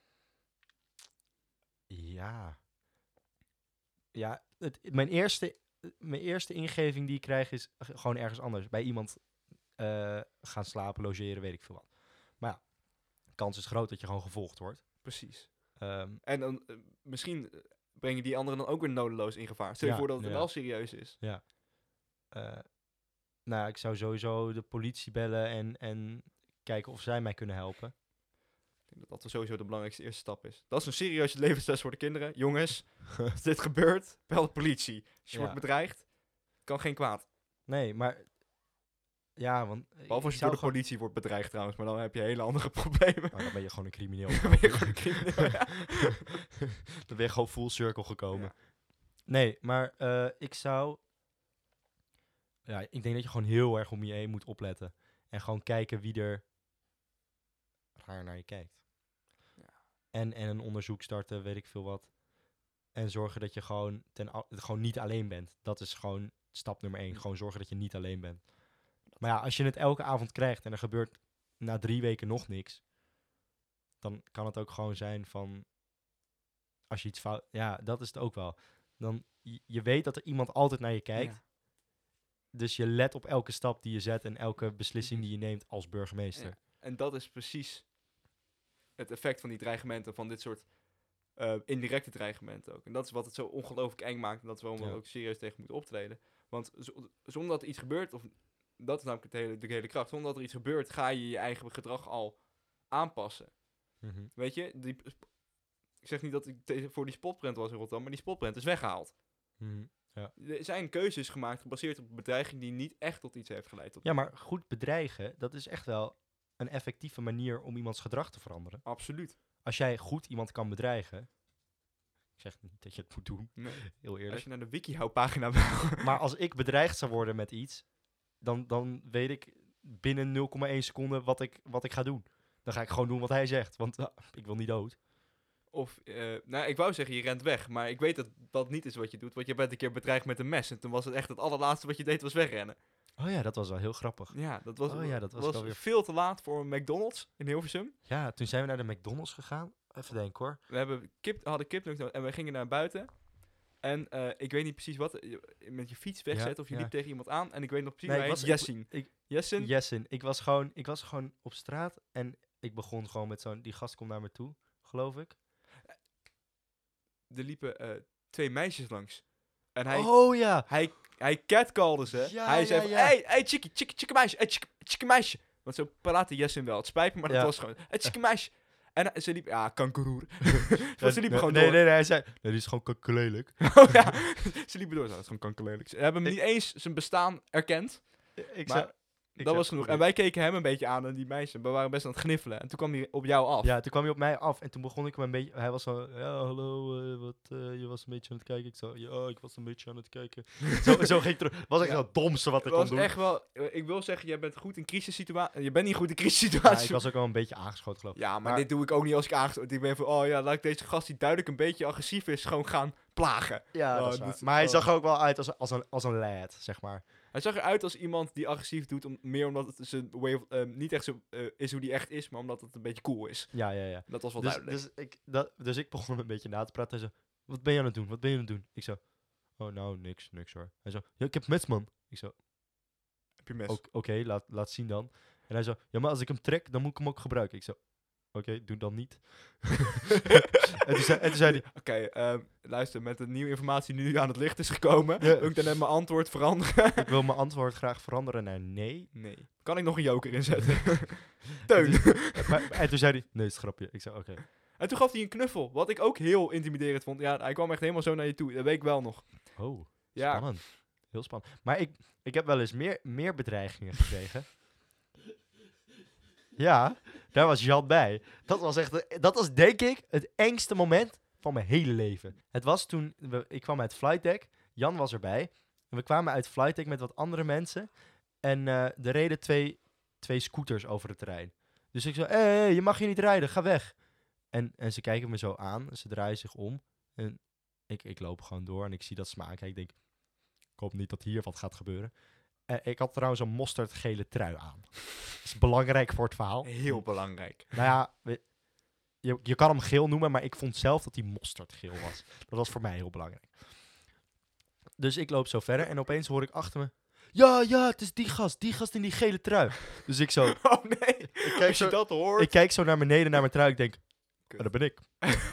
Ja. Ja, mijn eerste mijn eerste ingeving die ik krijg is gewoon ergens anders. Bij iemand gaan slapen, logeren, weet ik veel wat. Maar ja, de kans is groot dat je gewoon gevolgd wordt. Precies. Ehm, En dan misschien breng je die anderen dan ook weer nodeloos in gevaar. Stel je Ja, voor dat het ja. wel serieus is. nou, ik zou sowieso de politie bellen en kijken of zij mij kunnen helpen. Ik denk dat dat sowieso de belangrijkste eerste stap is. Dat is een serieuze levensles voor de kinderen. Jongens, als dit gebeurt, bel de politie. Als je Ja. wordt bedreigd, kan geen kwaad. Nee, maar... Ja, want... Behalve als je zou door de politie wordt bedreigd trouwens, maar dan heb je hele andere problemen. Oh, dan ben je gewoon een crimineel. Dan ben je gewoon een crimineel, ja. Dan ben je gewoon full circle gekomen. Ja. Nee, maar ik zou... Ja, ik denk dat je gewoon heel erg om je heen moet opletten. En gewoon kijken wie er raar naar je kijkt. Ja. En een onderzoek starten, weet ik veel wat. En zorgen dat je gewoon, gewoon niet alleen bent. Dat is gewoon stap nummer 1. Gewoon zorgen dat je niet alleen bent. Maar ja, als je het elke avond krijgt en er gebeurt na 3 weken nog niks. Dan kan het ook gewoon zijn van... Als je iets fout... Ja, dat is het ook wel. Dan, je weet dat er iemand altijd naar je kijkt. Ja. Dus je let op elke stap die je zet en elke beslissing die je neemt als burgemeester. Ja. En dat is precies het effect van die dreigementen, van dit soort indirecte dreigementen ook. En dat is wat het zo ongelooflijk eng maakt en dat we er ook serieus tegen moeten optreden. Want zonder dat er iets gebeurt, of dat is namelijk de hele kracht, zonder dat er iets gebeurt, ga je je eigen gedrag al aanpassen. Mhm. Weet je, ik zeg niet dat ik voor die spotprint was in Rotterdam, maar die spotprint is weggehaald. Mhm. Er zijn keuzes gemaakt gebaseerd op een bedreiging die niet echt tot iets heeft geleid. Ja, maar goed bedreigen, dat is echt wel een effectieve manier om iemands gedrag te veranderen. Absoluut. Als jij goed iemand kan bedreigen... Ik zeg niet dat je het moet doen, Nee. heel eerlijk. Als je naar de WikiHow-pagina wil. Maar als ik bedreigd zou worden met iets, dan weet ik binnen 0,1 seconde wat ik ga doen. Dan ga ik gewoon doen wat hij zegt, want ik wil niet dood. Of, nou, ik wou zeggen, je rent weg. Maar ik weet dat dat niet is wat je doet. Want je bent een keer bedreigd met een mes. En toen was het echt het allerlaatste wat je deed, was wegrennen. Oh ja, dat was wel heel grappig. Ja, dat was, Oh ja, dat was wel weer- veel te laat voor een McDonald's in Hilversum. Ja, toen zijn we naar de McDonald's gegaan. Even denken hoor. We hadden kipnuggets en we gingen naar buiten. En ik weet niet precies wat. Met je fiets wegzetten of je ja. liep tegen iemand aan. En ik weet nog precies Nee, waar ik hij was- is. Jessin. ik- Jessin? Jessen, ik was gewoon op straat en ik begon gewoon met zo'n... Die gast komt naar me toe, geloof ik. Er liepen 2 meisjes langs. En hij... Oh ja! Hij catcallde ze. Ja, hij zei ja, van, ja. hey, chickie meisje, hey, chickie meisje. Want zo praatte Jessin wel. Het spijt me, maar Ja. dat was gewoon, hey, chickie meisje. En ze liep, ja, kankeroer. Want ze liepen nee, gewoon nee, door. nee, hij zei... Nee, die is gewoon lelijk. Oh, ja. Ze liepen door. Dat is gewoon kankerlelijk. Ze hebben hem niet eens zijn bestaan erkend. Ik Maar zei... Dat was genoeg. En wij keken hem een beetje aan en die meisjes. We waren best aan het gniffelen. En toen kwam hij op jou af. Ja, toen kwam hij op mij af en toen begon ik hem een beetje... Hij was zo, ja, hallo, je was een beetje aan het kijken. Ik zo, ja, ik was een beetje aan het kijken. zo ging ik terug. Was echt Ja. het domste wat ik Het kon was doen. echt wel... Ik wil zeggen, jij bent goed in crisissituaties. Je bent niet goed in Ja, crisissituaties. ik was ook wel een beetje aangeschoten, geloof ik. Ja, maar dit doe ik ook niet als ik aangesloten. Ik ben van, oh ja, laat ik deze gast die duidelijk een beetje agressief is, gewoon gaan plagen. Ja, Oh, dat is dit waar. is- Maar hij oh. zag er ook wel uit als een lad, zeg maar. Hij zag eruit als iemand die agressief doet, meer omdat het zijn way of, niet echt zo is hoe die echt is, maar omdat het een beetje cool is. Ja. Dat was wel Dus, duidelijk. dus ik begon hem een beetje na te praten. Hij zo, wat ben je aan het doen? Wat ben je aan het doen? Ik zo, oh nou, niks hoor. Hij zo, ja, ik heb mes, man. Ik zo, Heb je mes? oké, laat zien dan. En hij zo, ja, maar als ik hem trek, dan moet ik hem ook gebruiken. Ik zo, oké, doe dan niet. en toen zei hij, Oké, luister, met de nieuwe informatie die nu aan het licht is gekomen, Ja. wil ik dan net mijn antwoord veranderen? ik wil mijn antwoord graag veranderen naar nee. Nee. Kan ik nog een joker inzetten? Teun. En toen zei hij, nee, is een grapje. Ik zei, oké. En toen gaf hij een knuffel, wat ik ook heel intimiderend vond. Ja, hij kwam echt helemaal zo naar je toe, dat weet ik wel nog. Oh, Ja, spannend. Heel spannend. Maar ik heb wel eens meer bedreigingen gekregen. Ja, daar was Jan bij. Dat was denk ik het engste moment van mijn hele leven. Het was toen, ik kwam uit Flight Deck. Jan was erbij. En we kwamen uit Flight Deck met wat andere mensen. En er reden twee scooters over het terrein. Dus ik zei, hey, je mag hier niet rijden, ga weg. En ze kijken me zo aan, ze draaien zich om. En ik loop gewoon door en ik zie dat ze me aankijken. Ik denk, ik hoop niet dat hier wat gaat gebeuren. Ik had trouwens een mosterdgele trui aan. Dat is belangrijk voor het verhaal. heel belangrijk. Nou ja, je kan hem geel noemen, maar ik vond zelf dat hij mosterdgeel was. Dat was voor mij heel belangrijk. Dus ik loop zo verder en opeens hoor ik achter me... Ja, het is die gast in die gele trui. Dus ik zo... Oh nee, Ik kijk als je zo, dat hoort. ik kijk zo naar beneden, naar mijn trui. Ik denk, Kut. dat ben ik.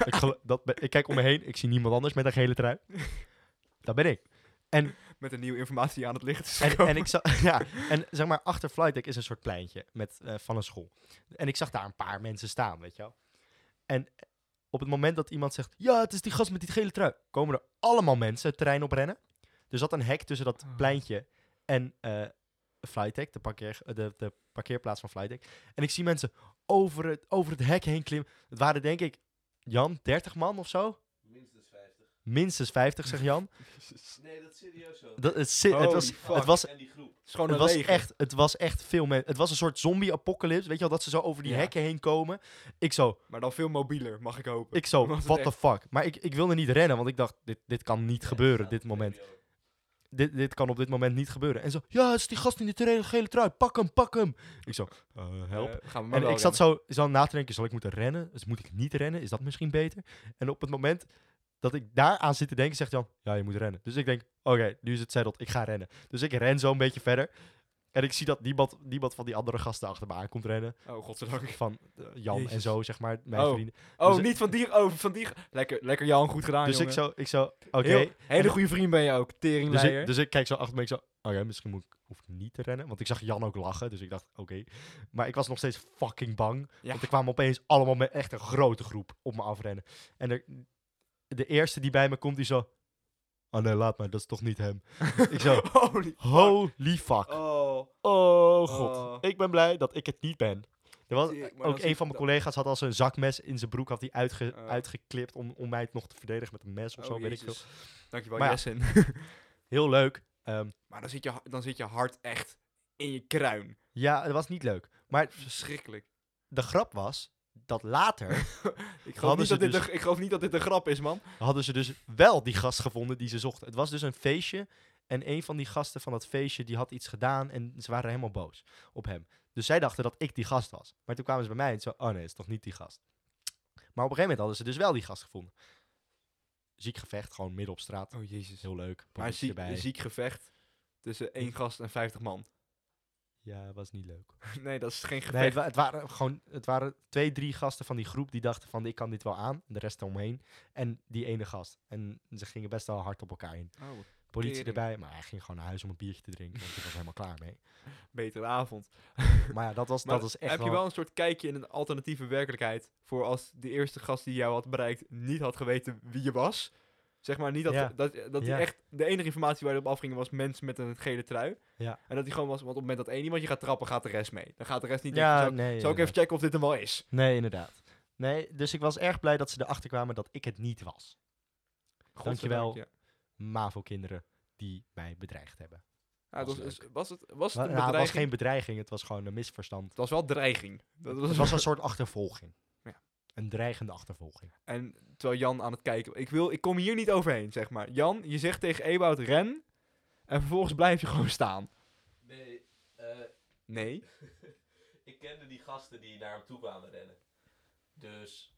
Ik kijk om me heen, ik zie niemand anders met een gele trui. Dat ben ik. En Met een nieuwe informatie aan het licht is gekomen. En ik zag, ja, en zeg maar, achter Flight Deck is een soort pleintje met, van een school. En ik zag daar een paar mensen staan, weet je wel. En op het moment dat iemand zegt, ja, het is die gast met die gele trui, komen er allemaal mensen het terrein op rennen. Er zat een hek tussen dat pleintje en Flight Deck, de parkeerplaats van Flight Deck. En ik zie mensen over het hek heen klimmen. Het waren denk ik, Jan, 30 man of zo? Minstens 50, zegt Jan. Nee, dat is serieus zo. Het was En die groep. Het is gewoon Het een was, leger. het was echt veel mensen. Het was een soort zombie-apocalypse. Weet je wel, dat ze zo over die Ja. hekken heen komen. Ik zo, Maar dan veel mobieler, mag ik hopen. Was het what the echt- fuck. Maar ik wilde niet rennen, want ik dacht, dit kan niet gebeuren, dit moment. Dit kan op dit moment niet gebeuren. En zo, ja, het is die gast in die gele trui. Pak hem. Ik zo, help. Gaan we maar En wel ik zat zo na te denken, zal ik moeten rennen? Dus moet ik niet rennen? Is dat misschien beter? En op het moment dat ik daaraan zit te denken, zegt Jan, ja, je moet rennen. Dus ik denk, oké, nu is het settled, ik ga rennen. Dus ik ren zo een beetje verder. En ik zie dat niemand van die andere gasten achter me aan komt rennen. rennen. Oh, godzijdank. Van Jan en Jezus. zo, zeg maar, mijn Oh. vrienden. Oh, Dus- niet van die... Oh, van die... Lekker Jan, goed gedaan, Dus jongen. ik zo, oké. Hele goede vriend ben je ook, Dus teringleier. dus ik kijk zo achter me, ik zo, oké, misschien hoef ik niet te rennen. Want ik zag Jan ook lachen, dus ik dacht, oké. Maar ik was nog steeds fucking bang. Ja. Want er kwamen opeens allemaal met echt een grote groep op me afrennen. En de eerste die bij me komt, die zo... Oh nee, laat maar, dat is toch niet hem. Ik zo, Holy fuck. holy fuck. Oh. Oh god, Oh. ik ben blij dat ik het niet ben. Er was Zie ik, maar ook dan zie een van ik mijn collega's had als een zakmes in zijn broek had hij Oh. uitgeklipt om mij het nog te verdedigen met een mes of zo, weet ik veel. Dankjewel, Maar ja. Jessen. Heel leuk. Maar dan zit je hart echt in je kruin. Ja, het was niet leuk. Maar Verschrikkelijk. de grap was dat later Ik geloof, Hadden niet ze dat dus- ik geloof niet dat dit een grap is, man. hadden ze dus wel die gast gevonden die ze zochten. Het was dus een feestje en een van die gasten van dat feestje die had iets gedaan en ze waren helemaal boos op hem. Dus zij dachten dat ik die gast was. Maar toen kwamen ze bij mij en zo, oh nee, het is toch niet die gast. Maar op een gegeven moment hadden ze dus wel die gast gevonden. Ziek gevecht, gewoon midden op straat. Oh, jezus. Heel leuk. Maar politie erbij. ziek gevecht tussen 1 gast en 50 man. Ja, was niet leuk. Nee, dat is geen Nee, gevecht. het waren 2, 3 gasten van die groep die dachten van ik kan dit wel aan. De rest eromheen. En die ene gast. En ze gingen best wel hard op elkaar in. Oh, Politie tering. erbij, maar hij ging gewoon naar huis om een biertje te drinken. Want ik was helemaal klaar mee. betere avond. Maar ja, dat Maar was echt heb je wel een soort kijkje in een alternatieve werkelijkheid voor als de eerste gast die jou had bereikt niet had geweten wie je was? Zeg maar niet dat, Ja. dat Ja. hij echt de enige informatie waar hij op afging was mensen met een gele trui. Ja. En dat hij gewoon was, want op het moment dat één iemand je gaat trappen, gaat de rest mee. Dan gaat de rest niet Ja, denken, nee. zou ik even checken of dit hem wel is? Nee, inderdaad. Nee, dus ik was erg blij dat ze erachter kwamen dat ik het niet was. Dankjewel. Godzijdank, ja. MAVO-kinderen die mij bedreigd hebben. Ja, Was was het een Het bedreiging? was geen bedreiging, het was gewoon een misverstand. Het was wel dreiging. Dat Het was een soort achtervolging. Ja. Een dreigende achtervolging. En terwijl Jan aan het kijken... Ik kom hier niet overheen, zeg maar. Jan, je zegt tegen Ewout ren. En vervolgens blijf je gewoon staan. Nee, Nee. ik kende die gasten die naar hem toe kwamen rennen. Dus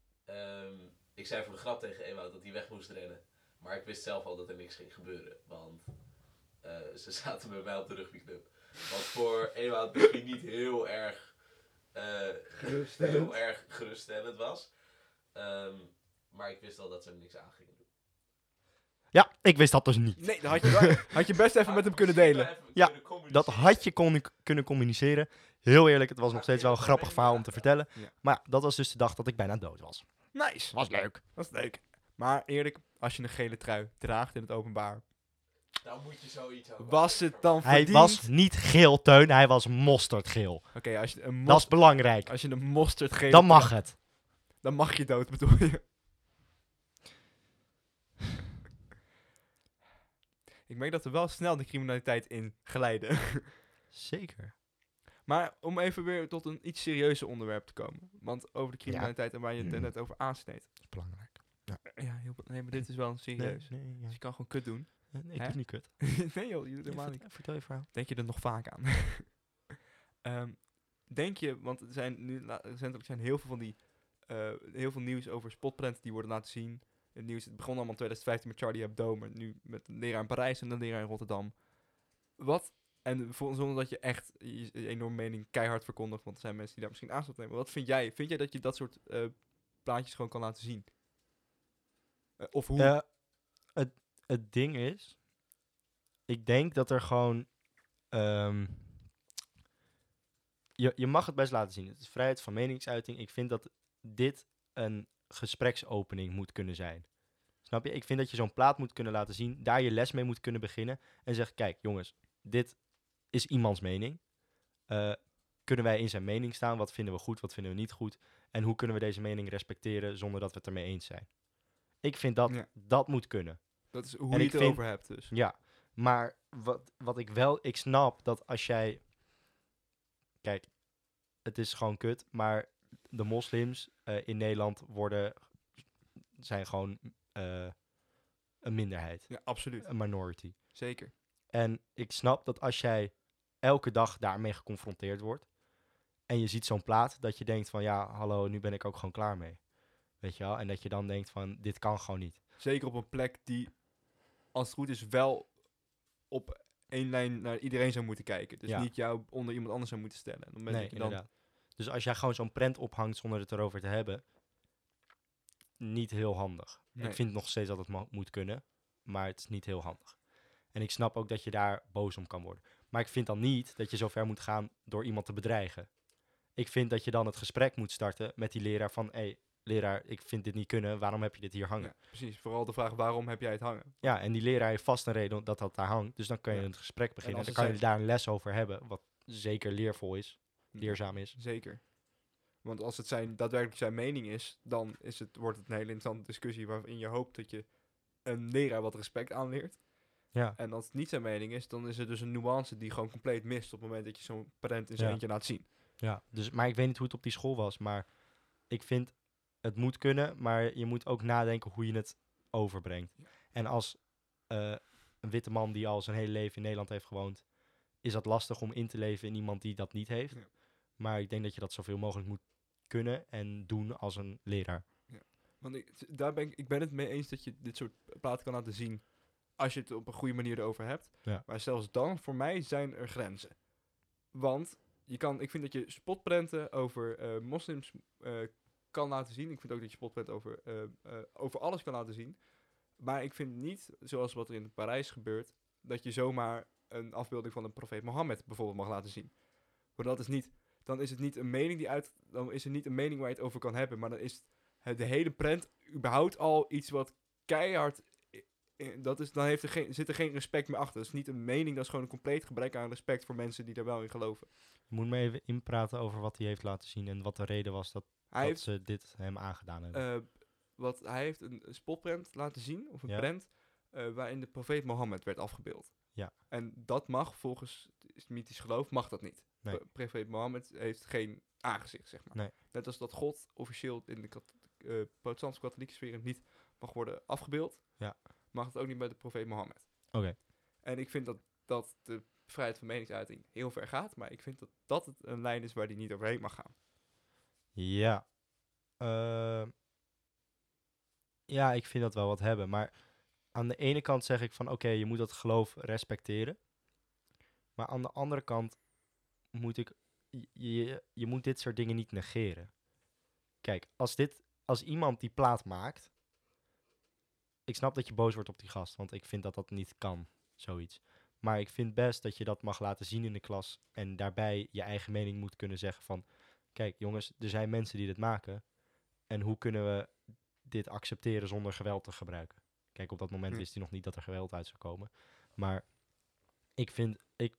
ik zei voor de grap tegen Ewout dat hij weg moest rennen. Maar ik wist zelf al dat er niks ging gebeuren. Want ze zaten bij mij op de rugbyclub. Wat voor Ewout misschien niet heel erg geruststellend was. Maar ik wel dat ze er niks aan gingen doen. Ja, ik wist dat dus niet. Nee, dan had je best even met hem kunnen delen. Ja, Dat had je kunnen communiceren. Heel eerlijk, het was nog steeds wel een grappig verhaal om te vertellen. Ja. Maar ja, dat was dus de dag dat ik bijna dood was. Nice. Was leuk. Dat is leuk. Maar eerlijk, als je een gele trui draagt in het openbaar, Dan moet je zoiets ook. was het dan Hij verdiend? was niet geel, Teun. Hij was mosterdgeel. Oké, als je een Dat is belangrijk. als je een mosterdgele Dan mag het. dan mag je dood, bedoel je? Ik merk dat we wel snel de criminaliteit in glijden. Zeker. Maar om even weer tot een iets serieuzer onderwerp te komen. Want over de criminaliteit en waar je het net over aansneed. Dat is belangrijk. Ja, nee, maar dit is wel serieus. Nee, Dus je kan gewoon kut doen. nee, ik Hè? doe niet kut. Nee joh, je doet helemaal niet. Vertel je verhaal. Denk je er nog vaak aan? Denk je, want er zijn heel veel van die heel veel nieuws over spotprenten die worden laten zien. het nieuws. Het begon allemaal in 2015 met Charlie Hebdo, maar nu met een leraar in Parijs en een leraar in Rotterdam. Wat? En zonder dat je echt je enorme mening keihard verkondigt, want er zijn mensen die daar misschien aanstoot nemen. Wat vind jij? Vind jij dat je dat soort plaatjes gewoon kan laten zien? Of hoe? Het ding is, ik denk dat er gewoon... je mag het best laten zien. Het is vrijheid van meningsuiting. Ik vind dat dit een gespreksopening moet kunnen zijn. Snap je? Ik vind dat je zo'n plaat moet kunnen laten zien, daar je les mee moet kunnen beginnen en zeggen, kijk jongens, dit is iemands mening. Kunnen wij in zijn mening staan? Wat vinden we goed, wat vinden we niet goed? En hoe kunnen we deze mening respecteren zonder dat we het ermee eens zijn? Ik vind dat dat moet kunnen. Dat is hoe je het erover hebt dus. Ja, maar wat ik snap dat als jij... Kijk, het is gewoon kut, maar de moslims in Nederland zijn gewoon een minderheid. Ja, absoluut. Een minority. Zeker. En ik snap dat als jij elke dag daarmee geconfronteerd wordt en je ziet zo'n plaat, dat je denkt van ja, hallo, nu ben ik ook gewoon klaar mee. Weet je wel? En dat je dan denkt van, dit kan gewoon niet. Zeker op een plek die, als het goed is, wel op één lijn naar iedereen zou moeten kijken. Dus niet jou onder iemand anders zou moeten stellen. Dan nee, inderdaad. Dus als jij gewoon zo'n prent ophangt zonder het erover te hebben, niet heel handig. Nee. Ik vind nog steeds dat het moet kunnen, maar het is niet heel handig. En ik snap ook dat je daar boos om kan worden. Maar ik vind dan niet dat je zo ver moet gaan door iemand te bedreigen. Ik vind dat je dan het gesprek moet starten met die leraar van... leraar, ik vind dit niet kunnen, waarom heb je dit hier hangen? Ja, precies, vooral de vraag, waarom heb jij het hangen? Ja, en die leraar heeft vast een reden dat daar hangt. Dus dan kun je het gesprek beginnen. En dan kan je daar een les over hebben, wat zeker leervol is, leerzaam is. Zeker. Want als het daadwerkelijk zijn mening is, dan wordt het een hele interessante discussie waarin je hoopt dat je een leraar wat respect aanleert. Ja. En als het niet zijn mening is, dan is er dus een nuance die gewoon compleet mist op het moment dat je zo'n parent in zijn eentje laat zien. Ja, maar ik weet niet hoe het op die school was, maar ik vind het moet kunnen, maar je moet ook nadenken hoe je het overbrengt. Ja. En als een witte man die al zijn hele leven in Nederland heeft gewoond, is dat lastig om in te leven in iemand die dat niet heeft. Ja. Maar ik denk dat je dat zoveel mogelijk moet kunnen en doen als een leraar. Ja. Want ik ben het mee eens dat je dit soort platen kan laten zien als je het op een goede manier erover hebt. Ja. Maar zelfs dan, voor mij, zijn er grenzen. Want ik vind dat je spotprenten over moslims kan laten zien. Ik vind ook dat je spotprenten over alles kan laten zien. Maar ik vind niet, zoals wat er in Parijs gebeurt, dat je zomaar een afbeelding van de profeet Mohammed bijvoorbeeld mag laten zien. Want dan is het niet een mening dan is het niet een mening waar je het over kan hebben, maar dan is de hele prent überhaupt al iets wat keihard, zit er geen respect meer achter. Dat is niet een mening, dat is gewoon een compleet gebrek aan respect voor mensen die daar wel in geloven. Je moet me even inpraten over wat hij heeft laten zien en wat de reden was dat ze dit hem aangedaan hebben. Hij heeft een spotprent laten zien, of een prent, waarin de profeet Mohammed werd afgebeeld. Ja. En dat mag, volgens islamitisch geloof, mag dat niet. Nee. Profeet Mohammed heeft geen aangezicht, zeg maar. Nee. Net als dat God officieel in de protestantse katholieke sfeer niet mag worden afgebeeld, mag het ook niet bij de profeet Mohammed. Oké. En ik vind dat de vrijheid van meningsuiting heel ver gaat, maar ik vind dat het een lijn is waar die niet overheen mag gaan. Ja. Ja, ik vind dat wel wat hebben. Maar aan de ene kant zeg ik van oké, je moet dat geloof respecteren. Maar aan de andere kant moet je moet dit soort dingen niet negeren. Kijk, als iemand die plaat maakt, ik snap dat je boos wordt op die gast, want ik vind dat dat niet kan, zoiets. Maar ik vind best dat je dat mag laten zien in de klas en daarbij je eigen mening moet kunnen zeggen van, kijk jongens, er zijn mensen die dit maken en hoe kunnen we dit accepteren zonder geweld te gebruiken? Kijk, op dat moment wist hij nog niet dat er geweld uit zou komen. Maar ik vind,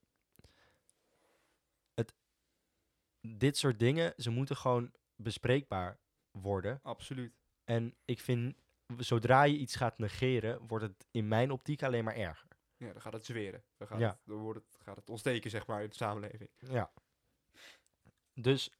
dit soort dingen, ze moeten gewoon bespreekbaar worden. Absoluut. En ik vind, zodra je iets gaat negeren, wordt het in mijn optiek alleen maar erger. Ja, dan gaat het zweren. Dan gaat het ontsteken, zeg maar, in de samenleving. Ja. Dus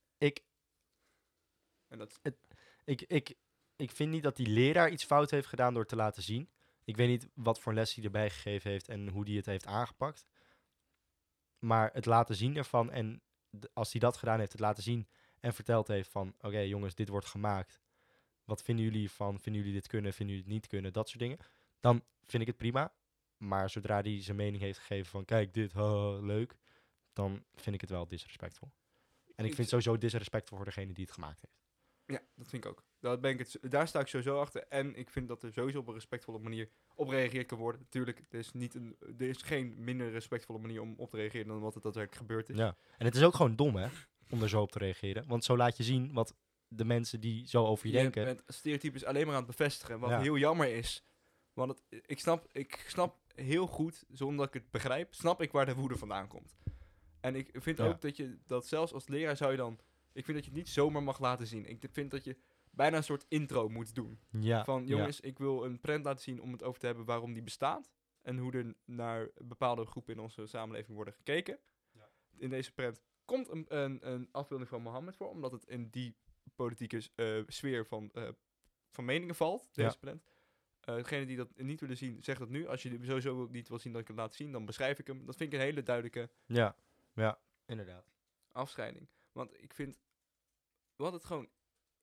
ik vind niet dat die leraar iets fout heeft gedaan door te laten zien. Ik weet niet wat voor les hij erbij gegeven heeft en hoe hij het heeft aangepakt. Maar het laten zien ervan en als hij dat gedaan heeft, het laten zien en verteld heeft van, oké, jongens, dit wordt gemaakt. wat vinden jullie van, vinden jullie dit kunnen, vinden jullie het niet kunnen, dat soort dingen. Dan vind ik het prima. Maar zodra hij zijn mening heeft gegeven van, kijk dit, leuk, dan vind ik het wel disrespectvol. En ik vind het sowieso disrespectvol voor degene die het gemaakt heeft. Ja, dat vind ik ook. Daar sta ik sowieso achter. En ik vind dat er sowieso op een respectvolle manier op gereageerd kan worden. Natuurlijk, er is geen minder respectvolle manier om op te reageren dan wat het daadwerkelijk gebeurd is. Ja. En het is ook gewoon dom, hè, om er zo op te reageren. Want zo laat je zien wat de mensen die zo over je denken... bent stereotypes alleen maar aan het bevestigen. Wat Ja. heel jammer is. Want ik snap heel goed, zonder dat ik het begrijp, snap ik waar de woede vandaan komt. En ik vind Ja. ook dat zelfs als leraar zou je dan... Ik vind dat je het niet zomaar mag laten zien. Ik vind dat je bijna een soort intro moet doen. Ja, Van jongens, ik wil een prent laten zien om het over te hebben waarom die bestaat. En hoe er naar bepaalde groepen in onze samenleving worden gekeken. Ja. In deze prent komt een afbeelding van Mohammed voor. Omdat het in die politieke sfeer van meningen valt. Deze Ja. prent. Degene die dat niet willen zien, zegt dat nu. Als je sowieso niet wil zien dat ik het laat zien, dan beschrijf ik hem. Dat vind ik een hele duidelijke ja, inderdaad. afscheiding. Want ik vind, wat het gewoon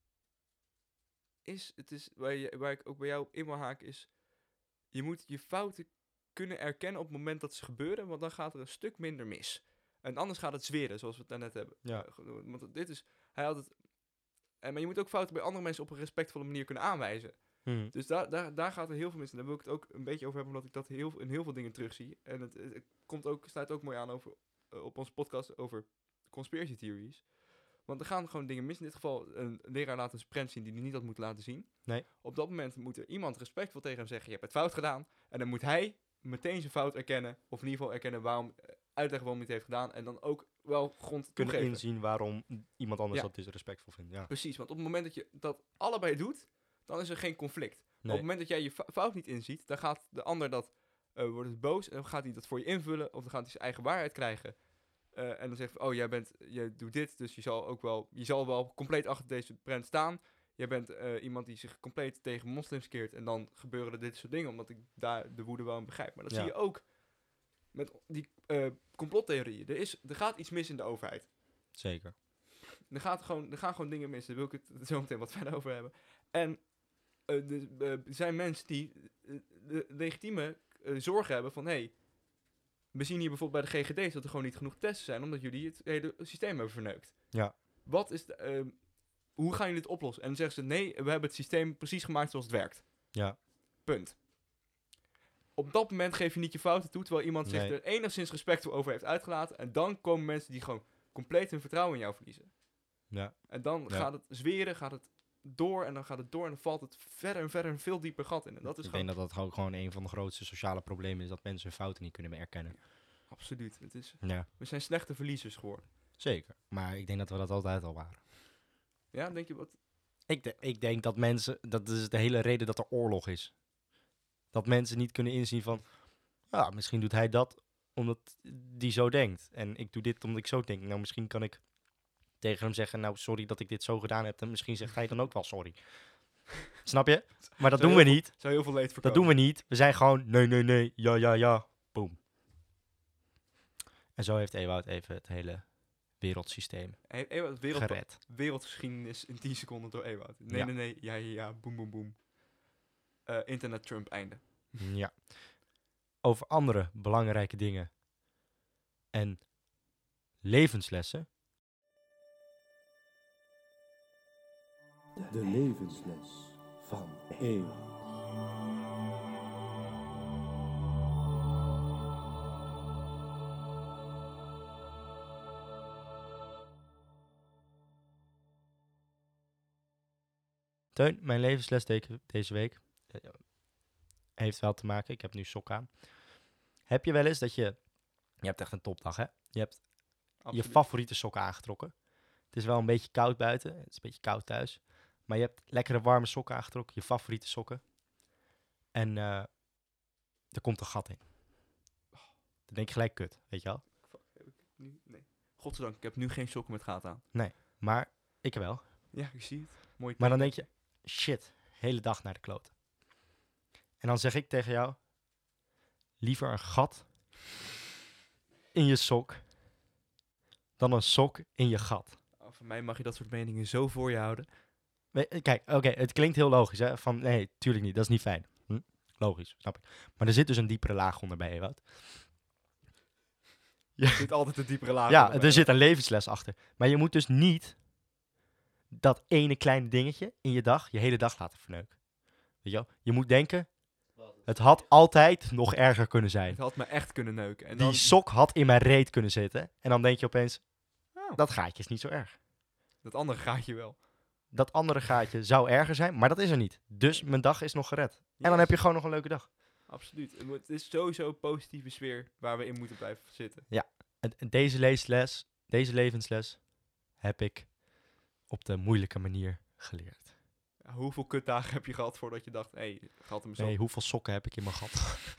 is, het is waar ik ook bij jou op in wil haken, is, je moet je fouten kunnen erkennen op het moment dat ze gebeuren, want dan gaat er een stuk minder mis. En anders gaat het zweren, zoals we het daarnet hebben. Ja. Want dit is, hij had het, maar je moet ook fouten bij andere mensen op een respectvolle manier kunnen aanwijzen. Dus daar gaat er heel veel mis. En daar wil ik het ook een beetje over hebben, omdat ik dat in heel veel dingen terugzie. En het sluit ook mooi aan op onze podcast over conspiracy theories. Want er gaan gewoon dingen mis. In dit geval een leraar laat een prent zien die hij niet had moeten laten zien. Nee. Op dat moment moet er iemand respectvol tegen hem zeggen, je hebt het fout gedaan. En dan moet hij meteen zijn fout erkennen. Of in ieder geval erkennen uitleggen waarom hij het heeft gedaan. En dan ook wel grond Kunnen toegeven. inzien waarom iemand anders Ja. dat disrespectvol vindt. Ja. Precies, want op het moment dat je dat allebei doet, dan is er geen conflict. Nee. Op het moment dat jij je fout niet inziet, dan gaat de ander wordt het boos en dan gaat hij dat voor je invullen of dan gaat hij zijn eigen waarheid krijgen. En dan zegt hij, jij doet dit, dus je zal wel compleet achter deze prent staan. Jij bent iemand die zich compleet tegen moslims keert en dan gebeuren er dit soort dingen, omdat ik daar de woede wel aan begrijp. Maar dat Ja. zie je ook met die complottheorieën. Er gaat iets mis in de overheid. Zeker. Er gaan gewoon dingen mis. Daar wil ik het zo meteen wat verder over hebben. En er zijn mensen die de legitieme zorgen hebben van... Hey, we zien hier bijvoorbeeld bij de GGD's dat er gewoon niet genoeg testen zijn... omdat jullie het hele systeem hebben verneukt. Ja. Hoe gaan jullie dit oplossen? En dan zeggen ze, nee, we hebben het systeem precies gemaakt zoals het werkt. Ja. Punt. Op dat moment geef je niet je fouten toe... terwijl iemand zich Nee. er enigszins respectvol over heeft uitgelaten... en dan komen mensen die gewoon compleet hun vertrouwen in jou verliezen. Ja. En dan Ja. gaat het zweren, gaat het door en dan gaat het door en dan valt het verder en verder een veel dieper gat in. En dat is Ik gewoon... denk dat dat gewoon een van de grootste sociale problemen is, dat mensen hun fouten niet kunnen meer erkennen. Absoluut. Ja, We zijn slechte verliezers geworden. zeker. Maar ik denk dat we dat altijd al waren. Ja, denk je wat? Ik denk dat mensen, dat is de hele reden dat er oorlog is. Dat mensen niet kunnen inzien van, ja, misschien doet hij dat omdat die zo denkt. En ik doe dit omdat ik zo denk. Nou, misschien kan ik tegen hem zeggen, nou, sorry dat ik dit zo gedaan heb. En misschien zegt hij dan ook wel sorry. Snap je? Maar dat Zou doen we heel niet. Zou heel veel leed Dat voorkomen. doen we niet. We zijn gewoon, nee, ja, boom. En zo heeft Ewout even het hele wereldsysteem Ewout, gered. wereldgeschiedenis in 10 seconden door Ewout. Ja. Nee, ja, boem. Internet Trump, einde. Ja. Over andere belangrijke dingen en levenslessen. De levensles van Eeuw. Teun, mijn levensles deze week heeft wel te maken. Ik heb nu sokken aan. Heb je wel eens dat je hebt echt een topdag, hè? Je hebt Absoluut. je favoriete sokken aangetrokken. Het is wel een beetje koud buiten. Het is een beetje koud thuis. Maar je hebt lekkere warme sokken aangetrokken. Je favoriete sokken. En er komt een gat in. Dan denk je gelijk kut, weet je wel. Nee. Godzijdank, ik heb nu geen sokken met gaten aan. Maar ik wel. Ja, ik zie het. Mooi. Maar dan denk je, shit, hele dag naar de kloot. En dan zeg ik tegen jou, liever een gat in je sok dan een sok in je gat. Voor mij mag je dat soort meningen zo voor je houden. Kijk, oké, het klinkt heel logisch, hè. Van, nee, tuurlijk niet. Dat is niet fijn. Logisch, snap ik. Maar er zit dus een diepere laag onder bij Ewout. Er zit altijd een diepere laag. Ja, onder er zit een levensles achter. Maar je moet dus niet dat ene kleine dingetje in je dag, je hele dag laten verneuken. Weet je wel? Je moet denken, het had altijd nog erger kunnen zijn. Het had me echt kunnen neuken. En Die dan, sok had in mijn reet kunnen zitten. En dan denk je opeens, Oh. dat gaatje is niet zo erg. dat andere gaatje wel. Dat andere gaatje zou erger zijn, maar dat is er niet. Dus mijn dag is nog gered. En dan heb je gewoon nog een leuke dag. Absoluut. Het is sowieso een positieve sfeer waar we in moeten blijven zitten. En deze levensles, heb ik op de moeilijke manier geleerd. Ja, hoeveel kutdagen heb je gehad voordat je dacht, hé, gaat hem zo. Nee, hoeveel sokken heb ik in mijn gat?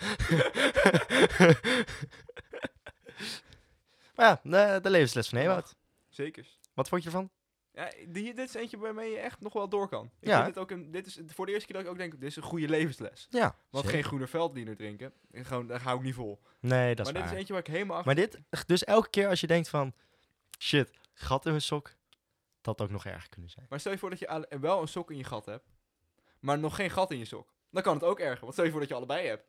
Maar ja, de levensles van Ewout. Zekers. Wat vond je ervan? Ja, dit is eentje waarmee je echt nog wel door kan. Ik Ja. vind het ook dit is voor de eerste keer dat ik ook denk, dit is een goede levensles. Ja. Want zeker. geen groene veldliner drinken, en gewoon, daar hou ik niet vol. Nee, dat is Maar dit waar. is eentje waar ik helemaal achter... Maar dit, dus elke keer als je denkt van, shit, gat in mijn sok, dat had ook nog erger kunnen zijn. Maar stel je voor dat je wel een sok in je gat hebt, maar nog geen gat in je sok. Dan kan het ook erger. Want stel je voor dat je allebei hebt.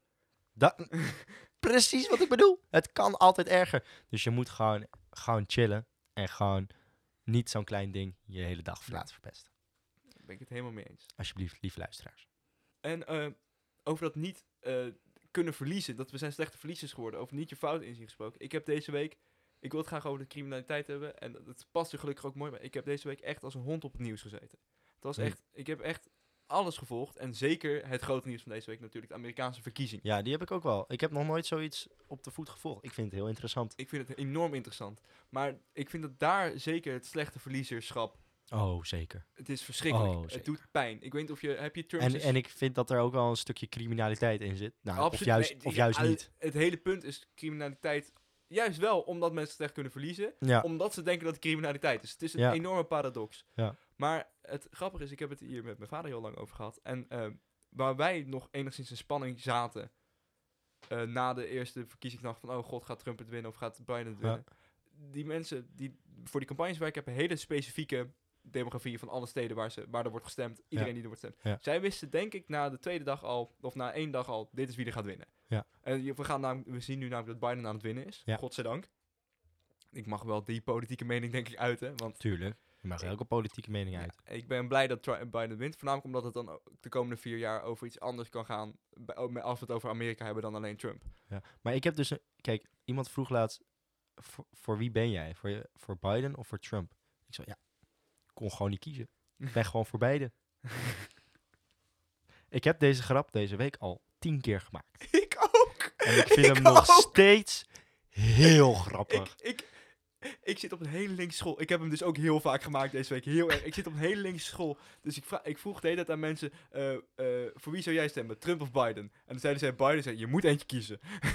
Precies wat ik bedoel. Het kan altijd erger. Dus je moet gewoon chillen en gewoon niet zo'n klein ding je hele dag laten verpesten. Daar ben ik het helemaal mee eens. Alsjeblieft, lieve luisteraars. En over dat niet kunnen verliezen, dat we zijn slechte verliezers geworden, over niet je fouten inzien gesproken. Ik heb deze week, ik wil het graag over de criminaliteit hebben en dat past er gelukkig ook mooi bij. Ik heb deze week echt als een hond op het nieuws gezeten. Het was echt, ik heb echt alles gevolgd en zeker het grote nieuws van deze week natuurlijk, de Amerikaanse verkiezing. Ja, die heb ik ook wel. Ik heb nog nooit zoiets op de voet gevolgd. Ik vind het heel interessant. Ik vind het enorm interessant. Maar ik vind dat daar zeker het slechte verliezerschap, Oh, zeker. het is verschrikkelijk. Oh, Het zeker. doet pijn. Ik weet niet of je, heb je Trump... En ik vind dat er ook wel een stukje criminaliteit in zit. Nou, Absoluut. of juist niet. Het hele punt is criminaliteit, juist wel omdat mensen slecht kunnen verliezen, Ja. omdat ze denken dat het criminaliteit is. Het is een Ja. enorme paradox. Ja. Maar het grappige is, ik heb het hier met mijn vader heel lang over gehad. En waar wij nog enigszins in spanning zaten na de eerste verkiezingsnacht van, oh god, gaat Trump het winnen of gaat Biden het winnen? Die mensen die voor die campagnes waar ik heb, een hele specifieke demografie van alle steden waar er wordt gestemd. Iedereen die er wordt gestemd. Ja. Zij wisten denk ik na de tweede dag al, of na 1 dag al, dit is wie er gaat winnen. Ja. En we zien nu namelijk dat Biden aan het winnen is. Ja. Godzijdank. Ik mag wel die politieke mening denk ik uiten, want Tuurlijk. Je mag elke politieke mening uit. ja, ik ben blij dat Biden wint. Voornamelijk omdat het dan ook de komende 4 jaar over iets anders kan gaan. Als we het over Amerika hebben dan alleen Trump. Ja. Maar ik heb dus... Kijk, iemand vroeg laatst... Voor wie ben jij? Voor Biden of voor Trump? Ik zei, ja, ik kon gewoon niet kiezen. Ik ben gewoon voor beide. Ik heb deze grap deze week al 10 keer gemaakt. Ik ook! En ik vind Ik hem nog ook! steeds heel grappig. Ik zit op een hele linkse school. Ik heb hem dus ook heel vaak gemaakt deze week. Heel erg. Ik zit op een hele linkse school. Dus ik vroeg de hele tijd aan mensen... voor wie zou jij stemmen? Trump of Biden? En dan zeiden zij Biden. Zei, je moet eentje kiezen.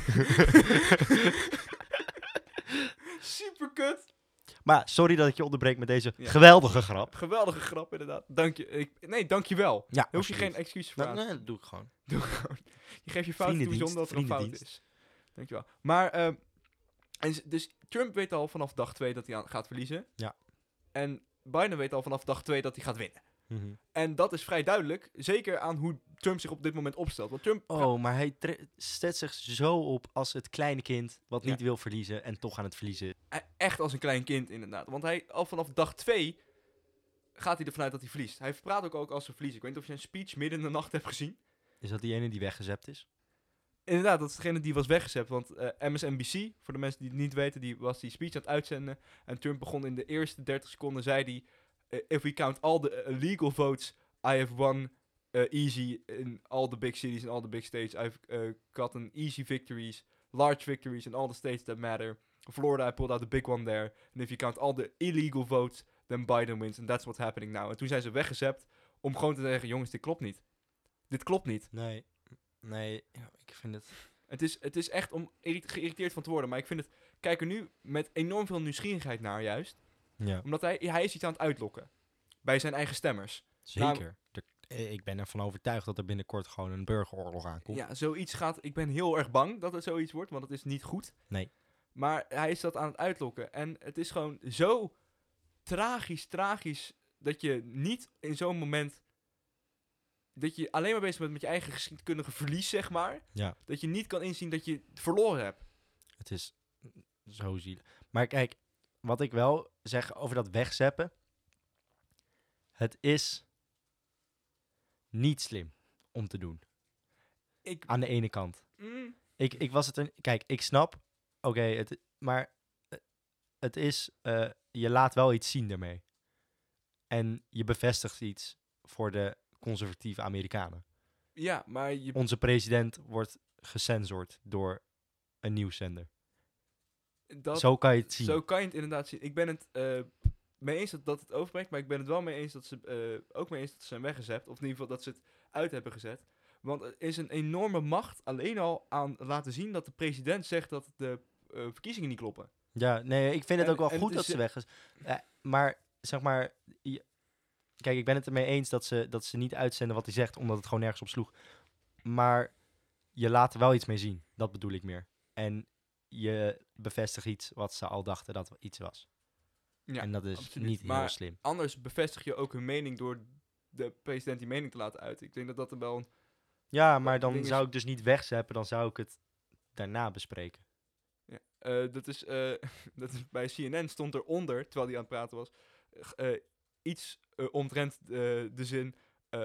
Super kut. Maar sorry dat ik je onderbreek met deze Ja. geweldige grap. Geweldige grap inderdaad. Dank je. Dank je wel. Ja, Daar hoef je geen alsjeblieft. excuses voor aan. Nee, dat doe ik gewoon. Doe gewoon. Je geeft je fouten toe Vriendendienst, zonder dat er een fout vriendendienst. is. Dankjewel. Maar, dus Trump weet al vanaf dag 2 dat hij gaat verliezen. Ja. En Biden weet al vanaf dag 2 dat hij gaat winnen. Mhm. En dat is vrij duidelijk. Zeker aan hoe Trump zich op dit moment opstelt. Want Trump... Oh, maar hij zet zich zo op als het kleine kind wat Ja. niet wil verliezen en toch aan het verliezen. Echt als een klein kind inderdaad. Want hij al vanaf dag 2 gaat hij ervan uit dat hij verliest. Hij praat ook als een verliezer. Ik weet niet of je een speech midden in de nacht hebt gezien. Is dat die ene die weggezept is? Inderdaad, dat is degene die was weggezet. Want MSNBC, voor de mensen die het niet weten, die was die speech aan het uitzenden. En Trump begon in de eerste 30 seconden, zei hij... if we count all the illegal votes, I have won easy in all the big cities and all the big states. I've gotten easy victories, large victories in all the states that matter. Florida, I pulled out the big one there. And if you count all the illegal votes, then Biden wins. And that's what's happening now. En toen zijn ze weggezept om gewoon te zeggen, jongens, dit klopt niet. Dit klopt niet. Nee, ja, ik vind het... Het is echt om geïrriteerd van te worden. Maar ik vind het, kijk er nu met enorm veel nieuwsgierigheid naar juist. Ja, Omdat hij is iets aan het uitlokken. Bij zijn eigen stemmers. zeker. Ik ben ervan overtuigd dat er binnenkort gewoon een burgeroorlog aankomt. Ja, zoiets gaat... Ik ben heel erg bang dat het zoiets wordt, want het is niet goed. Nee. Maar hij is dat aan het uitlokken. En het is gewoon zo tragisch dat je niet in zo'n moment... Dat je alleen maar bezig bent met je eigen geschiedkundige verlies, zeg maar. Ja. Dat je niet kan inzien dat je verloren hebt. Het is zo zielig. Maar kijk, wat ik wel zeg over dat wegzeppen. Het is niet slim om te doen. Aan de ene kant. Ik was het kijk, ik snap. Oké, maar het is... je laat wel iets zien daarmee. En je bevestigt iets voor de conservatieve Amerikanen. Ja, maar je... Onze president wordt gecensoord door een nieuwszender. Zo kan je het zien. Zo kan je het inderdaad zien. Ik ben het mee eens dat het overbrengt, maar ik ben het wel mee eens dat ze ook mee eens dat ze zijn weggezet. Of in ieder geval dat ze het uit hebben gezet. Want er is een enorme macht alleen al aan laten zien dat de president zegt dat de verkiezingen niet kloppen. Ja, nee, ik vind het ook wel en goed het dat is- ze weg is. Maar, zeg maar... Kijk, ik ben het ermee eens dat ze niet uitzenden wat hij zegt, omdat het gewoon nergens op sloeg. Maar je laat er wel iets mee zien. Dat bedoel ik meer. En je bevestigt iets wat ze al dachten dat iets was. Ja, en dat is absoluut. niet heel Maar slim. anders bevestig je ook hun mening door de president die mening te laten uiten. Ik denk dat dat er wel een... Ja, maar dan ding is- zou ik dus niet wegzeppen, dan zou ik het daarna bespreken. Ja, dat is bij CNN stond eronder, terwijl hij aan het praten was, iets omtrent de zin,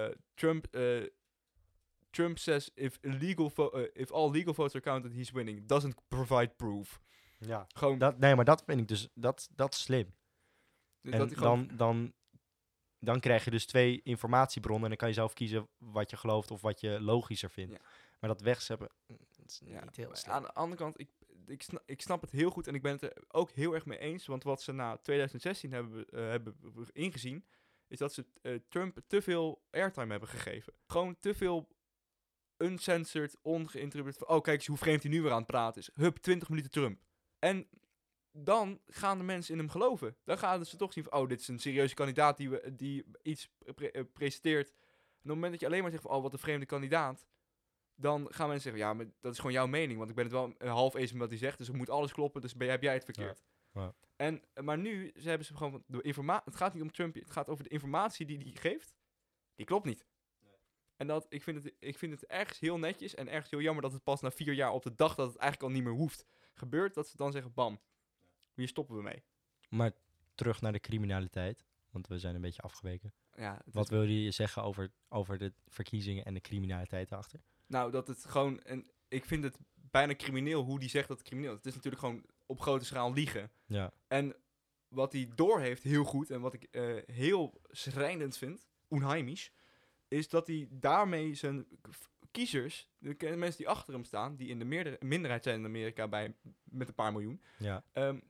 Trump says if all legal votes are counted, he's winning. Doesn't provide proof. Ja. Gewoon, Nee, maar dat vind ik dus, dat is slim. dat En hij gewoon- dan krijg je dus 2 informatiebronnen en dan kan je zelf kiezen wat je gelooft of wat je logischer vindt. Ja. Maar dat wegzeppen, dat is ja, niet heel maar slim. aan de andere kant, ik snap het heel goed en ik ben het er ook heel erg mee eens. Want wat ze na 2016 hebben ingezien, is dat ze Trump te veel airtime hebben gegeven. Gewoon te veel uncensored, ongeïnterrupted. Oh, kijk eens hoe vreemd hij nu weer aan het praten is. Hup, 20 minuten Trump. En dan gaan de mensen in hem geloven. Dan gaan ze toch zien van, oh, dit is een serieuze kandidaat die iets presenteert. En op het moment dat je alleen maar zegt van, oh, wat een vreemde kandidaat, dan gaan mensen zeggen, ja, maar dat is gewoon jouw mening. Want ik ben het wel half eens met wat hij zegt, dus het moet alles kloppen, dus heb jij het verkeerd. Ja. Maar nu hebben ze gewoon, het gaat niet om Trump, het gaat over de informatie die hij geeft. Die klopt niet. En ik vind het ergens heel netjes en ergens heel jammer dat het pas na 4 jaar op de dag dat het eigenlijk al niet meer hoeft gebeurt, dat ze dan zeggen, bam, hier stoppen we mee. Maar terug naar de criminaliteit, want we zijn een beetje afgeweken. Ja, Wat wil je zeggen over de verkiezingen en de criminaliteit erachter? Nou, dat het gewoon, ik vind het bijna crimineel hoe die zegt dat het crimineel is. Het is natuurlijk gewoon op grote schaal liegen. Ja. En wat hij doorheeft heel goed en wat ik heel schrijnend vind, onheimisch, is dat hij daarmee zijn kiezers, de mensen die achter hem staan, die in de minderheid zijn in Amerika met een paar miljoen, Ja.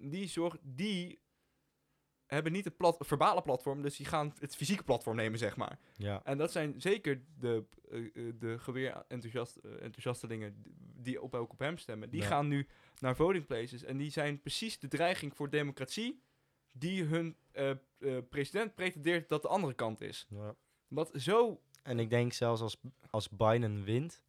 die hebben niet het verbale platform, dus die gaan het fysieke platform nemen, zeg maar. Ja. En dat zijn zeker de geweer-enthousiastelingen die ook op hem stemmen. Die Ja. gaan nu naar voting places en die zijn precies de dreiging voor democratie die hun president pretendeert dat de andere kant is. Ja. Wat zo... En ik denk zelfs als Biden wint,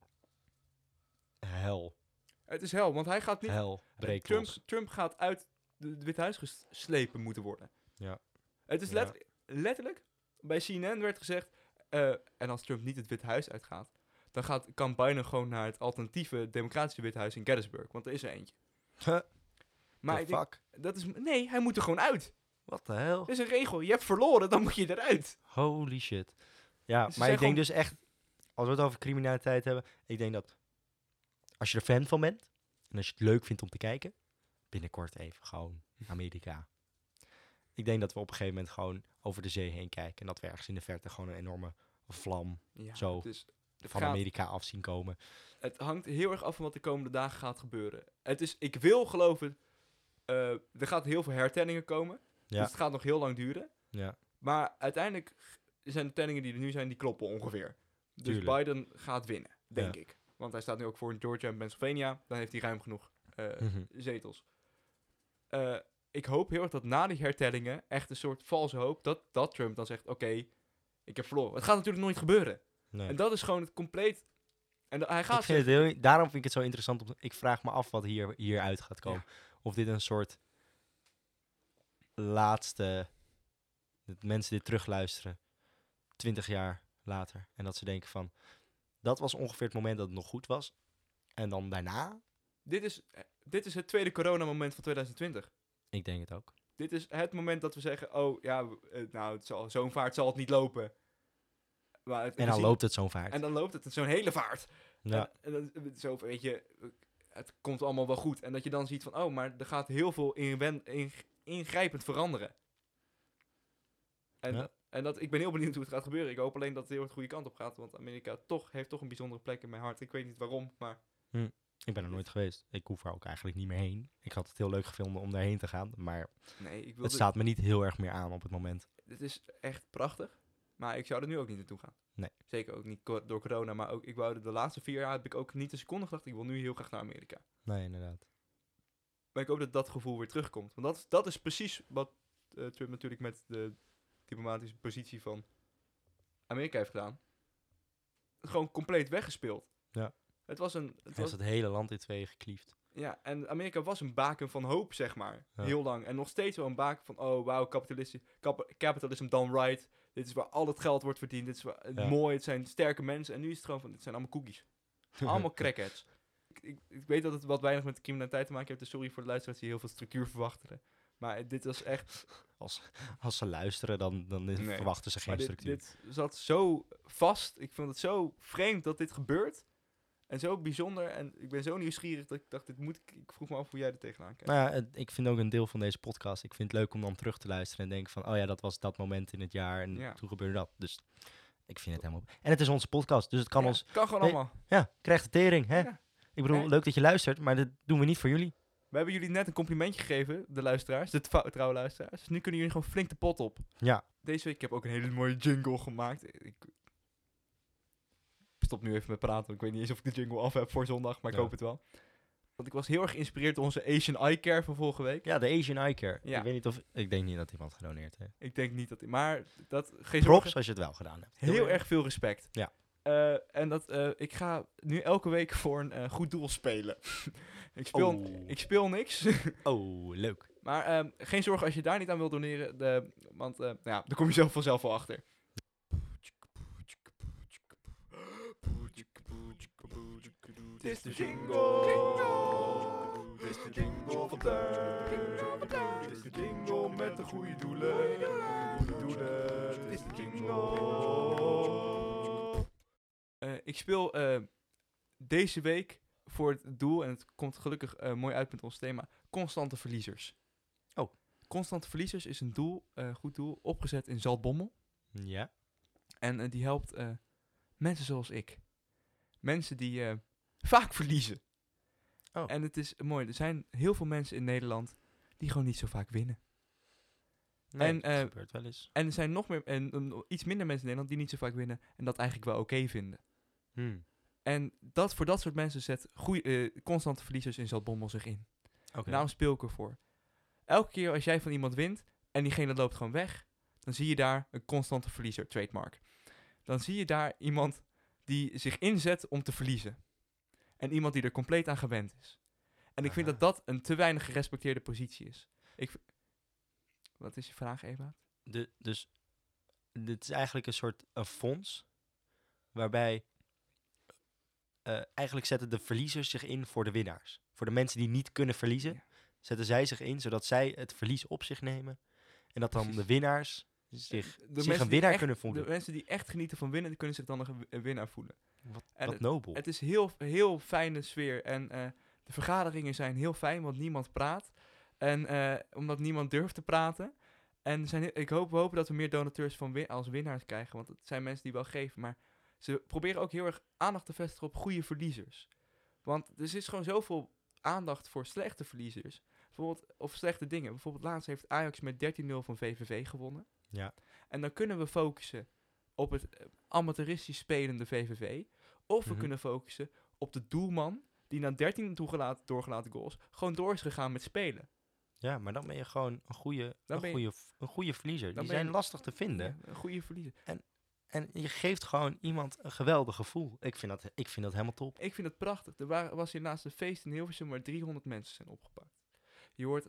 hel. Het is hel, want hij gaat niet... Hel breekt los. Trump gaat uit het Witte Huis geslepen moeten worden. Ja. Het is Ja. letterlijk, bij CNN werd gezegd, en als Trump niet het Witte Huis uitgaat, dan kan Biden gewoon naar het alternatieve democratische Witte Huis in Gettysburg, want er is er eentje. Maar ik denk, fuck? nee, hij moet er gewoon uit. Wat de hel? Dat is een regel. Je hebt verloren, dan moet je eruit. Holy shit. Ja, Ze maar zijn ik denk dus echt, als we het over criminaliteit hebben, ik denk dat als je er fan van bent en als je het leuk vindt om te kijken, binnenkort even gewoon Amerika. Ik denk dat we op een gegeven moment gewoon over de zee heen kijken en dat we ergens in de verte gewoon een enorme vlam Ja, Zo. Dus van Amerika af zien komen. het hangt heel erg af van wat de komende dagen gaat gebeuren. Ik wil geloven, er gaat heel veel hertellingen komen. Ja. Dus het gaat nog heel lang duren. Ja. Maar uiteindelijk zijn de tellingen die er nu zijn, die kloppen ongeveer. Dus Tuurlijk. Biden gaat winnen, denk Ja. ik. Want hij staat nu ook voor in Georgia en Pennsylvania. Dan heeft hij ruim genoeg zetels. Ik hoop heel erg dat na die hertellingen, echt een soort valse hoop, dat Trump dan zegt, oké, ik heb verloren. Het gaat natuurlijk nooit gebeuren. Nee. En dat is gewoon het compleet... En hij gaat Ik vind het daarom vind ik het zo interessant. Ik vraag me af wat hieruit gaat komen. Of dit een soort laatste Dat mensen dit terugluisteren, 20 jaar later. En dat ze denken van, dat was ongeveer het moment dat het nog goed was. En dan daarna, Dit is het tweede coronamoment van 2020. ik denk het ook. Dit is het moment dat we zeggen, zo'n vaart zal het niet lopen. Maar En dan loopt het zo'n vaart. En dan loopt het zo'n hele vaart. Ja. Zo, weet je, het komt allemaal wel goed. En dat je dan ziet van, maar er gaat heel veel ingrijpend veranderen. En ik ben heel benieuwd hoe het gaat gebeuren. Ik hoop alleen dat het heel erg de goede kant op gaat. Want Amerika heeft toch een bijzondere plek in mijn hart. Ik weet niet waarom, maar... Ik ben er nooit geweest. Ik hoef er ook eigenlijk niet meer heen. Ik had het heel leuk gevonden om daarheen te gaan. Maar Nee, het staat me niet heel erg meer aan op het moment. Het is echt prachtig. Maar ik zou er nu ook niet naartoe gaan. Nee. Zeker ook niet door corona. Maar ook, de laatste 4 jaar heb ik ook niet een seconde gedacht. Ik wil nu heel graag naar Amerika. Nee, inderdaad. Maar ik hoop dat dat gevoel weer terugkomt. Want dat is precies wat Trump natuurlijk met de diplomatische positie van Amerika heeft gedaan. Gewoon compleet weggespeeld. Ja. Het was Hij heeft het hele land in tweeën gekliefd. Ja, en Amerika was een baken van hoop, zeg maar. Ja. Heel lang. En nog steeds wel een baken van, wauw, capitalism done right. Dit is waar al het geld wordt verdiend. Dit is mooi, het zijn sterke mensen. En nu is het gewoon van, dit zijn allemaal cookies. Allemaal crackheads. Ik weet dat het wat weinig met criminaliteit te maken heeft. Dus sorry voor de luisteraars die heel veel structuur verwachten. Maar dit was echt... Als ze luisteren, dan verwachten ze geen structuur. Dit zat zo vast. Ik vond het zo vreemd dat dit gebeurt. En zo bijzonder. En ik ben zo nieuwsgierig dat ik dacht, ik vroeg me af hoe jij er tegenaan kijkt. Nou ja, ik vind ook een deel van deze podcast. Ik vind het leuk om dan terug te luisteren en denken van, oh ja, dat was dat moment in het jaar en toen gebeurde dat. Dus ik vind het helemaal... En het is onze podcast, dus het kan ons... Kan gewoon allemaal. Ja, krijgt de tering, hè? Ja. Ik bedoel, leuk dat je luistert, maar dat doen we niet voor jullie. We hebben jullie net een complimentje gegeven, de luisteraars, de trouwe luisteraars. Dus nu kunnen jullie gewoon flink de pot op. Ja. Deze week, ik heb ook een hele mooie jingle gemaakt. Ik stop nu even met praten, want ik weet niet eens of ik de jingle af heb voor zondag, maar ik hoop het wel. Want ik was heel erg geïnspireerd door onze Asian Eye Care van vorige week. Ja, de Asian Eye Care. Ja. Ik denk niet dat iemand gedoneerd heeft. Ik denk niet dat... Maar dat... Props als je het wel gedaan hebt. Heel erg veel respect. Ja. Ik ga nu elke week voor een goed doel spelen. Ik speel niks. Oh, leuk. Maar geen zorgen als je daar niet aan wilt doneren. Want daar kom je vanzelf wel achter. Dit is de jingle. Dit is de jingle van Teun. Dit is de jingle met de goede doelen. Dit is de jingle. Ik speel deze week voor het doel, en het komt gelukkig mooi uit met ons thema, constante verliezers. Oh. Constante verliezers is een doel, goed doel, opgezet in Zaltbommel. Ja. En die helpt mensen zoals ik. Mensen die vaak verliezen. Oh. En het is mooi, er zijn heel veel mensen in Nederland die gewoon niet zo vaak winnen. Nee, dat gebeurt wel eens. En er zijn nog meer, iets minder mensen in Nederland die niet zo vaak winnen en dat eigenlijk wel oké vinden. En voor dat soort mensen zet constante verliezers in Zaltbommel zich in. Okay. Daarom speel ik ervoor. Elke keer als jij van iemand wint en diegene loopt gewoon weg, dan zie je daar een constante verliezer, trademark. Dan zie je daar iemand die zich inzet om te verliezen. En iemand die er compleet aan gewend is. En ik vind dat dat een te weinig gerespecteerde positie is. Wat is je vraag, Eva? Dus dit is eigenlijk een soort een fonds waarbij eigenlijk zetten de verliezers zich in voor de winnaars. Voor de mensen die niet kunnen verliezen, zetten zij zich in zodat zij het verlies op zich nemen. En dat dan de winnaars zich een winnaar kunnen voelen. De mensen die echt genieten van winnen, die kunnen zich dan nog een winnaar voelen. Wat nobel. Het is heel fijne sfeer. En de vergaderingen zijn heel fijn, want niemand praat. En omdat niemand durft te praten. En we hopen dat we meer donateurs als winnaars krijgen. Want het zijn mensen die wel geven. Maar ze proberen ook heel erg aandacht te vestigen op goede verliezers. Want er is gewoon zoveel aandacht voor slechte verliezers. Bijvoorbeeld, of slechte dingen. Bijvoorbeeld laatst heeft Ajax met 13-0 van VVV gewonnen. Ja. En dan kunnen we focussen op het amateuristisch spelende VVV. Of we kunnen focussen op de doelman die na 13 doorgelaten goals gewoon door is gegaan met spelen. Ja, maar dan ben je gewoon een goede verliezer. Die zijn lastig te vinden. Ja, een goede verliezer. En je geeft gewoon iemand een geweldig gevoel. Ik vind dat helemaal top. Ik vind het prachtig. Was hier naast een feest in Hilversum waar 300 mensen zijn opgepakt. Je hoort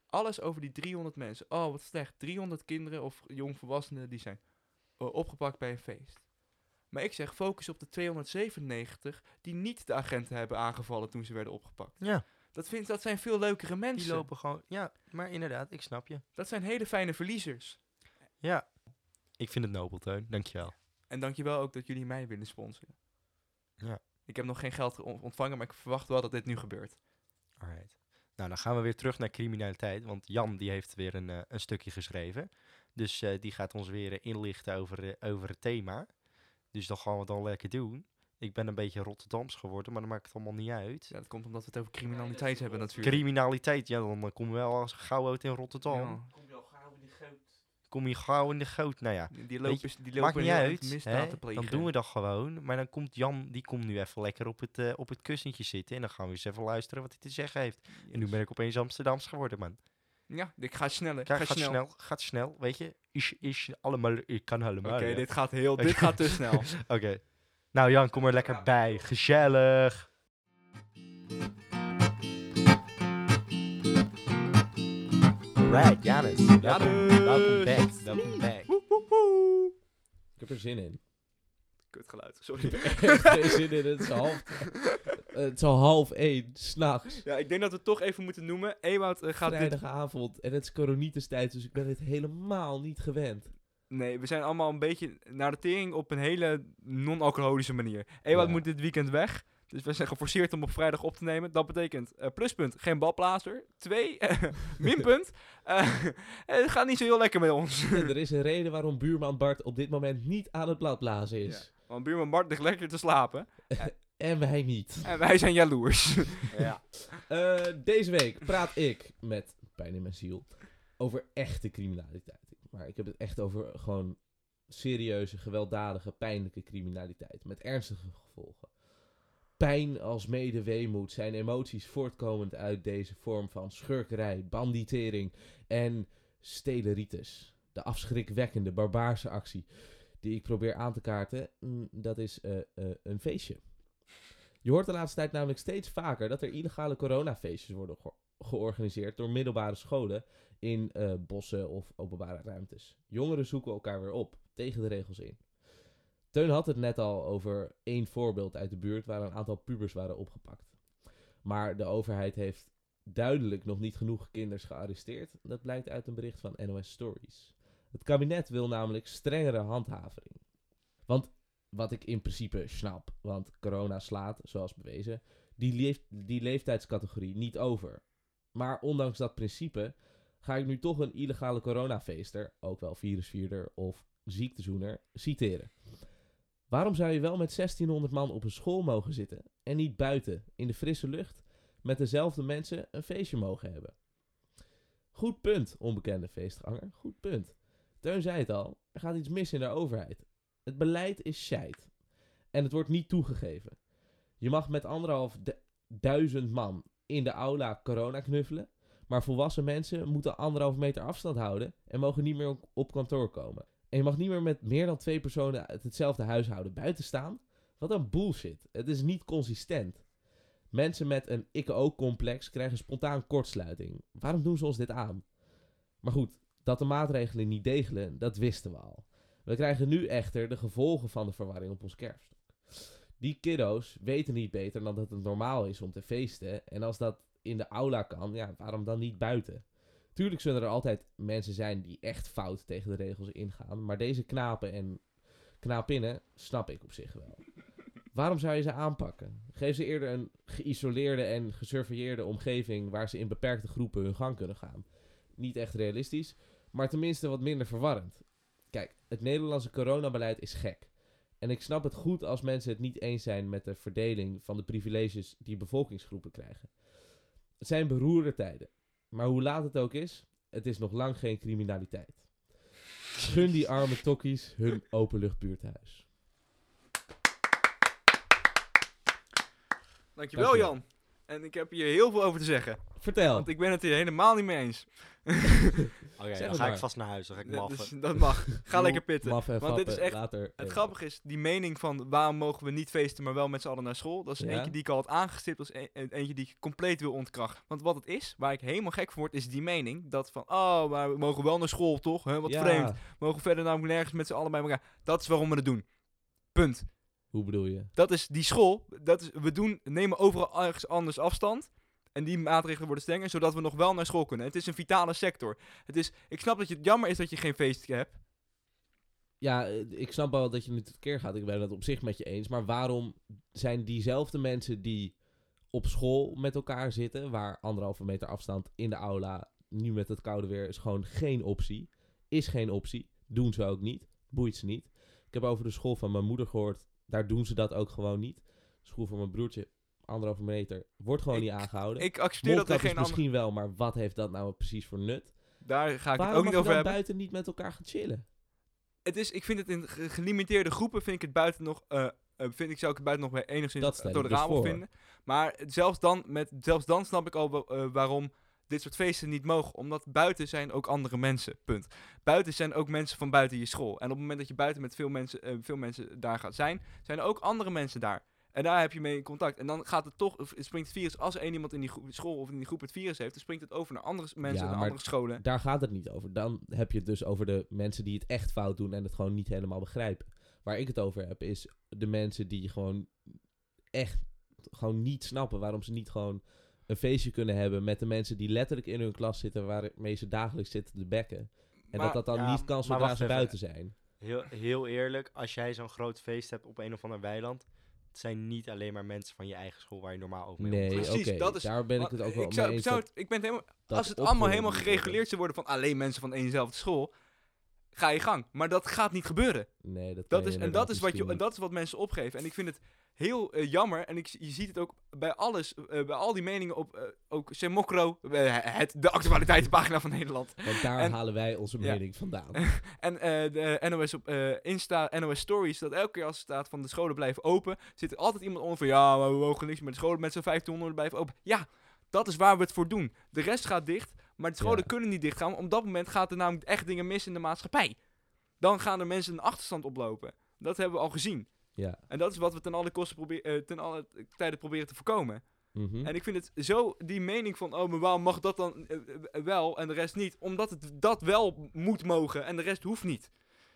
alles over die 300 mensen. Oh, wat slecht. 300 kinderen of jongvolwassenen die zijn opgepakt bij een feest. Maar ik zeg, focus op de 297 die niet de agenten hebben aangevallen toen ze werden opgepakt. Ja, Dat zijn veel leukere mensen. die lopen gewoon... Ja, maar inderdaad, ik snap je. Dat zijn hele fijne verliezers. Ja, ik vind het nobel, Teun. Dankjewel. En dankjewel ook dat jullie mij willen sponsoren. Ja. Ik heb nog geen geld ontvangen, maar ik verwacht wel dat dit nu gebeurt. Alright. Nou, dan gaan we weer terug naar criminaliteit. Want Jan die heeft weer een stukje geschreven. Dus die gaat ons weer inlichten over het thema. Dus dat gaan we dan lekker doen. Ik ben een beetje Rotterdams geworden, maar dat maakt het allemaal niet uit. Ja, dat komt omdat we het over criminaliteit hebben natuurlijk. Criminaliteit, ja, dan komen we wel als gauw uit in Rotterdam. Ja. Kom je al gauw in de goot. Kom je gauw in de goot. Nou ja, Die Weet lopen maakt niet heel erg uit. misdaad Hè? te plegen. Dan doen we dat gewoon. Maar dan komt Jan, die komt nu even lekker op het kussentje zitten. En dan gaan we eens even luisteren wat hij te zeggen heeft. En nu ben ik opeens Amsterdams geworden, man. Ja, ik ga sneller. Gaat snel, weet je. Is allemaal, ik kan helemaal. Oké, ja. dit gaat te snel. Oké. Nou Jan, kom er lekker bij. Gezellig. Alright, Janus. Welkom back. Welkom back. Ik heb er zin in. Kutgeluid, sorry. Ik heb echt geen zin in. Het is al 12:30 s'nachts. Ja, ik denk dat we het toch even moeten noemen. Ewout gaat dit... Vrijdagavond. En het is coronitijd, dus ik ben dit helemaal niet gewend. Nee, we zijn allemaal een beetje naar de tering op een hele non-alcoholische manier. Ewout Ja. moet dit weekend weg. Dus we zijn geforceerd om op vrijdag op te nemen. Dat betekent pluspunt, geen balplaatser. 2, minpunt. Het gaat niet zo heel lekker met ons. En er is een reden waarom buurman Bart op dit moment niet aan het bladblazen is. Want buurman Bart ligt lekker te slapen. En wij niet. En wij zijn jaloers. Ja. Deze week praat ik met pijn in mijn ziel over echte criminaliteit. Maar ik heb het echt over gewoon serieuze, gewelddadige, pijnlijke criminaliteit. Met ernstige gevolgen. Pijn als mede weemoed zijn emoties voortkomend uit deze vorm van schurkerij, banditering en steleritis. De afschrikwekkende, barbaarse actie die ik probeer aan te kaarten, dat is een feestje. Je hoort de laatste tijd namelijk steeds vaker dat er illegale coronafeestjes worden georganiseerd door middelbare scholen in bossen of openbare ruimtes. Jongeren zoeken elkaar weer op, tegen de regels in. Teun had het net al over één voorbeeld uit de buurt waar een aantal pubers waren opgepakt. Maar de overheid heeft duidelijk nog niet genoeg kinders gearresteerd. Dat blijkt uit een bericht van NOS Stories. Het kabinet wil namelijk strengere handhaving. Want wat ik in principe snap, want corona slaat, zoals bewezen, die leeftijdscategorie niet over. Maar ondanks dat principe ga ik nu toch een illegale coronafeester, ook wel virusvierder of ziektezoener, citeren. Waarom zou je wel met 1600 man op een school mogen zitten en niet buiten, in de frisse lucht, met dezelfde mensen een feestje mogen hebben? Goed punt, onbekende feestganger, goed punt. Teun zei het al, er gaat iets mis in de overheid. Het beleid is shit. En het wordt niet toegegeven. Je mag met 1.500 man in de aula corona knuffelen, maar volwassen mensen moeten 1,5 meter afstand houden en mogen niet meer op kantoor komen. En je mag niet meer met meer dan 2 personen uit hetzelfde huishouden buiten staan. Wat een bullshit. Het is niet consistent. Mensen met een ik-ook-complex krijgen spontaan kortsluiting. Waarom doen ze ons dit aan? Maar goed, dat de maatregelen niet degelen, dat wisten we al. We krijgen nu echter de gevolgen van de verwarring op ons kerfstok. Die kiddo's weten niet beter dan dat het normaal is om te feesten. En als dat in de aula kan, ja, waarom dan niet buiten? Tuurlijk zullen er altijd mensen zijn die echt fout tegen de regels ingaan. Maar deze knapen en knapinnen snap ik op zich wel. Waarom zou je ze aanpakken? Geef ze eerder een geïsoleerde en gesurveilleerde omgeving waar ze in beperkte groepen hun gang kunnen gaan. Niet echt realistisch, maar tenminste wat minder verwarrend. Kijk, het Nederlandse coronabeleid is gek. En ik snap het goed als mensen het niet eens zijn met de verdeling van de privileges die bevolkingsgroepen krijgen. Het zijn beroerde tijden. Maar hoe laat het ook is, het is nog lang geen criminaliteit. Gun die arme tokkies hun openluchtbuurthuis. Dankjewel, Jan. En ik heb hier heel veel over te zeggen. Vertel. Want ik ben het hier helemaal niet mee eens. Oké, Zeg dan het ga ik maar. vast naar huis. Dan ga ik Ja, maffen. dus dat mag. Ga lekker pitten. Maf en Want dit is fappen, echt... later, Het grappige is, die mening van waarom mogen we niet feesten, maar wel met z'n allen naar school. Dat is Ja? eentje die ik al had aangestipt, dat is eentje die ik compleet wil ontkrachten. Want wat het is, waar ik helemaal gek van word, is die mening dat van, oh, maar we mogen wel naar school, toch? Huh, wat Ja, vreemd. We mogen verder namelijk nergens met z'n allen bij elkaar. Dat is waarom we het doen. Punt. Hoe bedoel je? Dat is die school, nemen overal ergens anders afstand. En die maatregelen worden strenger, zodat we nog wel naar school kunnen. Het is een vitale sector. Ik snap dat het jammer is dat je geen feestje hebt. Ja, ik snap wel dat je nu tekeer gaat. Ik ben het op zich met je eens. Maar waarom zijn diezelfde mensen die op school met elkaar zitten, waar 1,5 meter afstand in de aula, nu met het koude weer, is gewoon geen optie. Is geen optie. Doen ze ook niet. Boeit ze niet. Ik heb over de school van mijn moeder gehoord. Daar doen ze dat ook gewoon niet. De school van mijn broertje, 1,5 meter, wordt gewoon niet aangehouden. Ik accepteer dat er Mondkapjes geen andere... misschien wel, maar wat heeft dat nou precies voor nut? Daar ga ik Waarom het ook niet mag je over dan hebben. buiten niet met elkaar gaan chillen? Ik vind het in gelimiteerde groepen vind ik het buiten nog, zou ik het buiten nog bij enigszins Dat stel ik tolerabel dus voor. vinden. Maar zelfs dan snap ik al waarom dit soort feesten niet mogen. Omdat buiten zijn ook andere mensen. Punt. Buiten zijn ook mensen van buiten je school. En op het moment dat je buiten met veel mensen daar gaat zijn er ook andere mensen daar. En daar heb je mee in contact. En dan gaat het toch, springt het virus, als er één iemand in die school of in die groep het virus heeft, dan springt het over naar andere mensen, Ja, naar maar andere scholen. Daar gaat het niet over. Dan heb je het dus over de mensen die het echt fout doen en het gewoon niet helemaal begrijpen. Waar ik het over heb, is de mensen die gewoon echt gewoon niet snappen waarom ze niet gewoon een feestje kunnen hebben met de mensen die letterlijk in hun klas zitten, waarmee ze dagelijks zitten te bekken. En Maar- dat dan ja, niet kan maar zodra wacht ze even. buiten zijn. Heel eerlijk, als jij zo'n groot feest hebt op een of ander weiland, het zijn niet alleen maar mensen van je eigen school waar je normaal ook mee Nee, omgaat. Precies, oké, dat is- daar ben ik het ook wel ik mee zou, eens. ik ben het helemaal, dat als het allemaal opgewonden helemaal moet gereguleerd zou worden van alleen mensen van éénzelfde school, ga je gang. Maar dat gaat niet gebeuren. Nee, dat Dat kan is, je en inderdaad dat is, misschien niet. dat is wat mensen opgeven. En ik vind het heel jammer. En je ziet het ook bij alles, bij al die meningen op ook Semokro, de actualiteitenpagina van Nederland. Want daar en- halen wij onze ja. mening vandaan. En de NOS op Insta, NOS Stories, dat elke keer als er staat van de scholen blijven open, zit er altijd iemand onder van ja, maar we mogen niks met de scholen met zo'n 1500 blijven open. Ja, dat is waar we het voor doen. De rest gaat dicht, maar de scholen Ja. kunnen niet dicht gaan. Want op dat moment gaat er namelijk echt dingen mis in de maatschappij. Dan gaan er mensen een achterstand oplopen. Dat hebben we al gezien. Ja. En dat is wat we ten alle kosten ten alle tijden proberen te voorkomen. Mhm. En ik vind het zo, die mening van, oh, maar waarom mag dat dan wel en de rest niet? Omdat het dat wel moet mogen en de rest hoeft niet.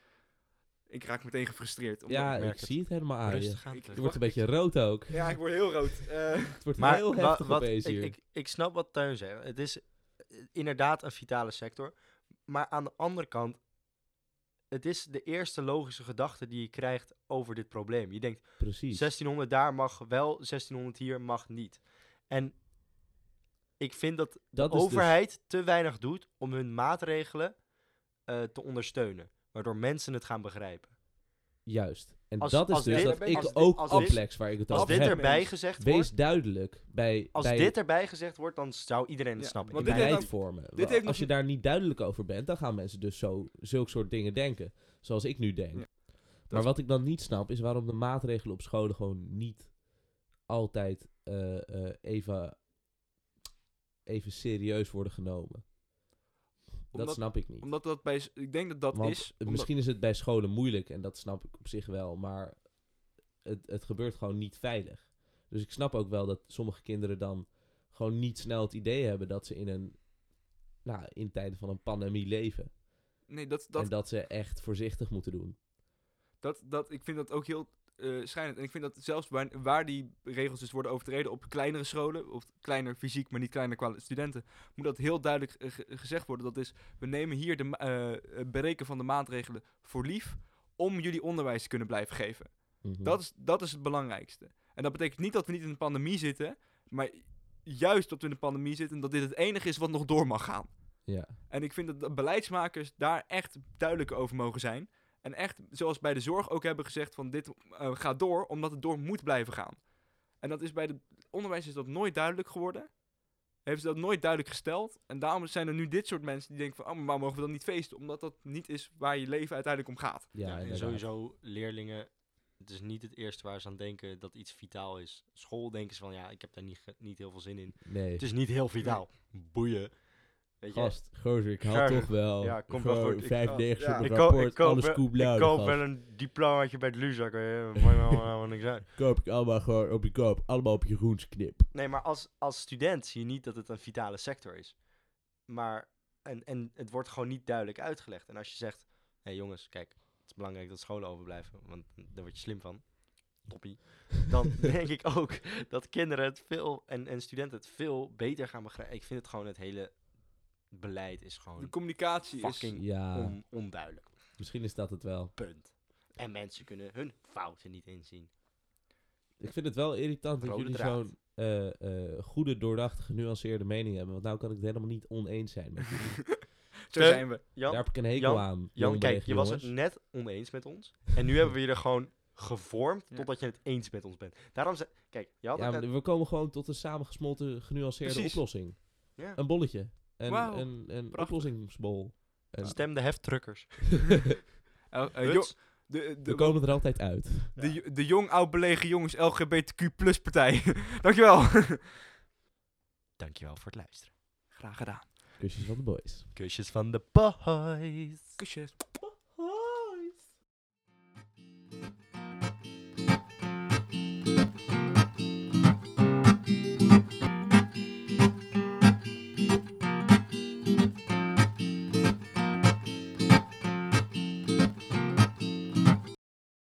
Ik raak meteen gefrustreerd. Ja, merk ik het. zie het helemaal aan je. Rustig aan. Ik- Je wordt een beetje rood ook. Ja, ik word heel rood. Het wordt Maar heel heftig opeens hier. ik snap wat Teun zegt. Het is inderdaad een vitale sector. Maar aan de andere kant, het is de eerste logische gedachte die je krijgt over dit probleem. Je denkt, Precies. 1600 daar mag wel, 1600 hier mag niet. En ik vind dat Dat de is dus- overheid te weinig doet om hun maatregelen te ondersteunen. Waardoor mensen het gaan begrijpen. Juist. En Als- dat is als dus dit- dat ik als dit- ook als dit- complex waar ik het Als over dit heb. erbij gezegd Wees wordt, duidelijk bij als bij dit erbij gezegd wordt, dan zou iedereen het Ja, snappen. want In dit mijn- heeft ook- beleidsvormen. dit heeft Als nog- je daar niet duidelijk over bent, dan gaan mensen dus zulke soort dingen denken. Zoals ik nu denk. Ja. Maar is- wat ik dan niet snap, is waarom de maatregelen op scholen gewoon niet altijd even serieus worden genomen. Dat Omdat- snap ik niet. Omdat dat ik denk dat dat Want is. Omdat, misschien is het bij scholen moeilijk en dat snap ik op zich wel, maar het gebeurt gewoon niet veilig. Dus ik snap ook wel dat sommige kinderen dan gewoon niet snel het idee hebben dat ze in tijden van een pandemie leven. nee, dat, En dat ze echt voorzichtig moeten doen. ik vind dat ook heel schrijnend. En ik vind dat zelfs waar die regels dus worden overtreden op kleinere scholen, of kleiner fysiek, maar niet kleiner qua studenten, moet dat heel duidelijk gezegd worden. Dat is, we nemen hier de bereken van de maatregelen voor lief om jullie onderwijs te kunnen blijven geven. Mhm. Dat is het belangrijkste. En dat betekent niet dat we niet in een pandemie zitten, maar juist dat we in een pandemie zitten en dat dit het enige is wat nog door mag gaan. Ja. En ik vind dat de beleidsmakers daar echt duidelijk over mogen zijn. En echt, zoals bij de zorg ook hebben gezegd, van dit gaat door, omdat het door moet blijven gaan. En dat is bij het onderwijs is dat nooit duidelijk geworden. Hebben ze dat nooit duidelijk gesteld. En daarom zijn er nu dit soort mensen die denken van, oh, maar waarom mogen we dan niet feesten? Omdat dat niet is waar je leven uiteindelijk om gaat. Ja, Ja, en inderdaad. sowieso leerlingen Het is niet het eerste waar ze aan denken dat iets vitaal is. School denken ze van, ja, ik heb daar niet heel veel zin in. Nee. Het is niet heel vitaal. Boeien. Weet je? Gozer, ik haal Gozer. toch wel. Ja, komt wel gewoon goed. 95 Ja. op het Ik koop- rapport, ik koop alles wel- koep blauw. Ik koop gast. wel een diplomaatje bij het Luzak. Maakt me allemaal niks uit. Koop ik allemaal gewoon op je koop. Allemaal op je groensknip. Nee, maar als student zie je niet dat het een vitale sector is. Maar, en het wordt gewoon niet duidelijk uitgelegd. En als je zegt, hé jongens, kijk, het is belangrijk dat scholen overblijven, want daar word je slim van. Toppie. Dan denk ik ook dat kinderen het veel, en studenten het veel beter gaan begrijpen. Ik vind het gewoon, het hele beleid is De gewoon communicatie fucking Ja, onduidelijk. misschien is dat het wel. Punt. En mensen kunnen hun fouten niet inzien. Ik vind het wel irritant dat Rode jullie draad. zo'n goede, doordachte, genuanceerde mening hebben. Want nou kan ik het helemaal niet oneens zijn met jullie. Zo zijn we. Daar heb ik een hekel Jan, aan. Jan, kijk, jonge je was het jongens. net oneens met ons. En nu hebben we je er gewoon gevormd Ja. totdat je het eens met ons bent. Daarom kijk, je had Ja, het maar net... we komen gewoon tot een samengesmolten, genuanceerde Precies. oplossing. Ja. Een bolletje. Wauw, Een prachtig. oplossingsbol. En Stem de heftruckers. Huts. De we komen er altijd uit. de jong oud belegen jongens LGBTQ plus partij. Dankjewel. Dankjewel voor het luisteren. Graag gedaan. Kusjes van de boys. Kusjes van de boys. Kusjes.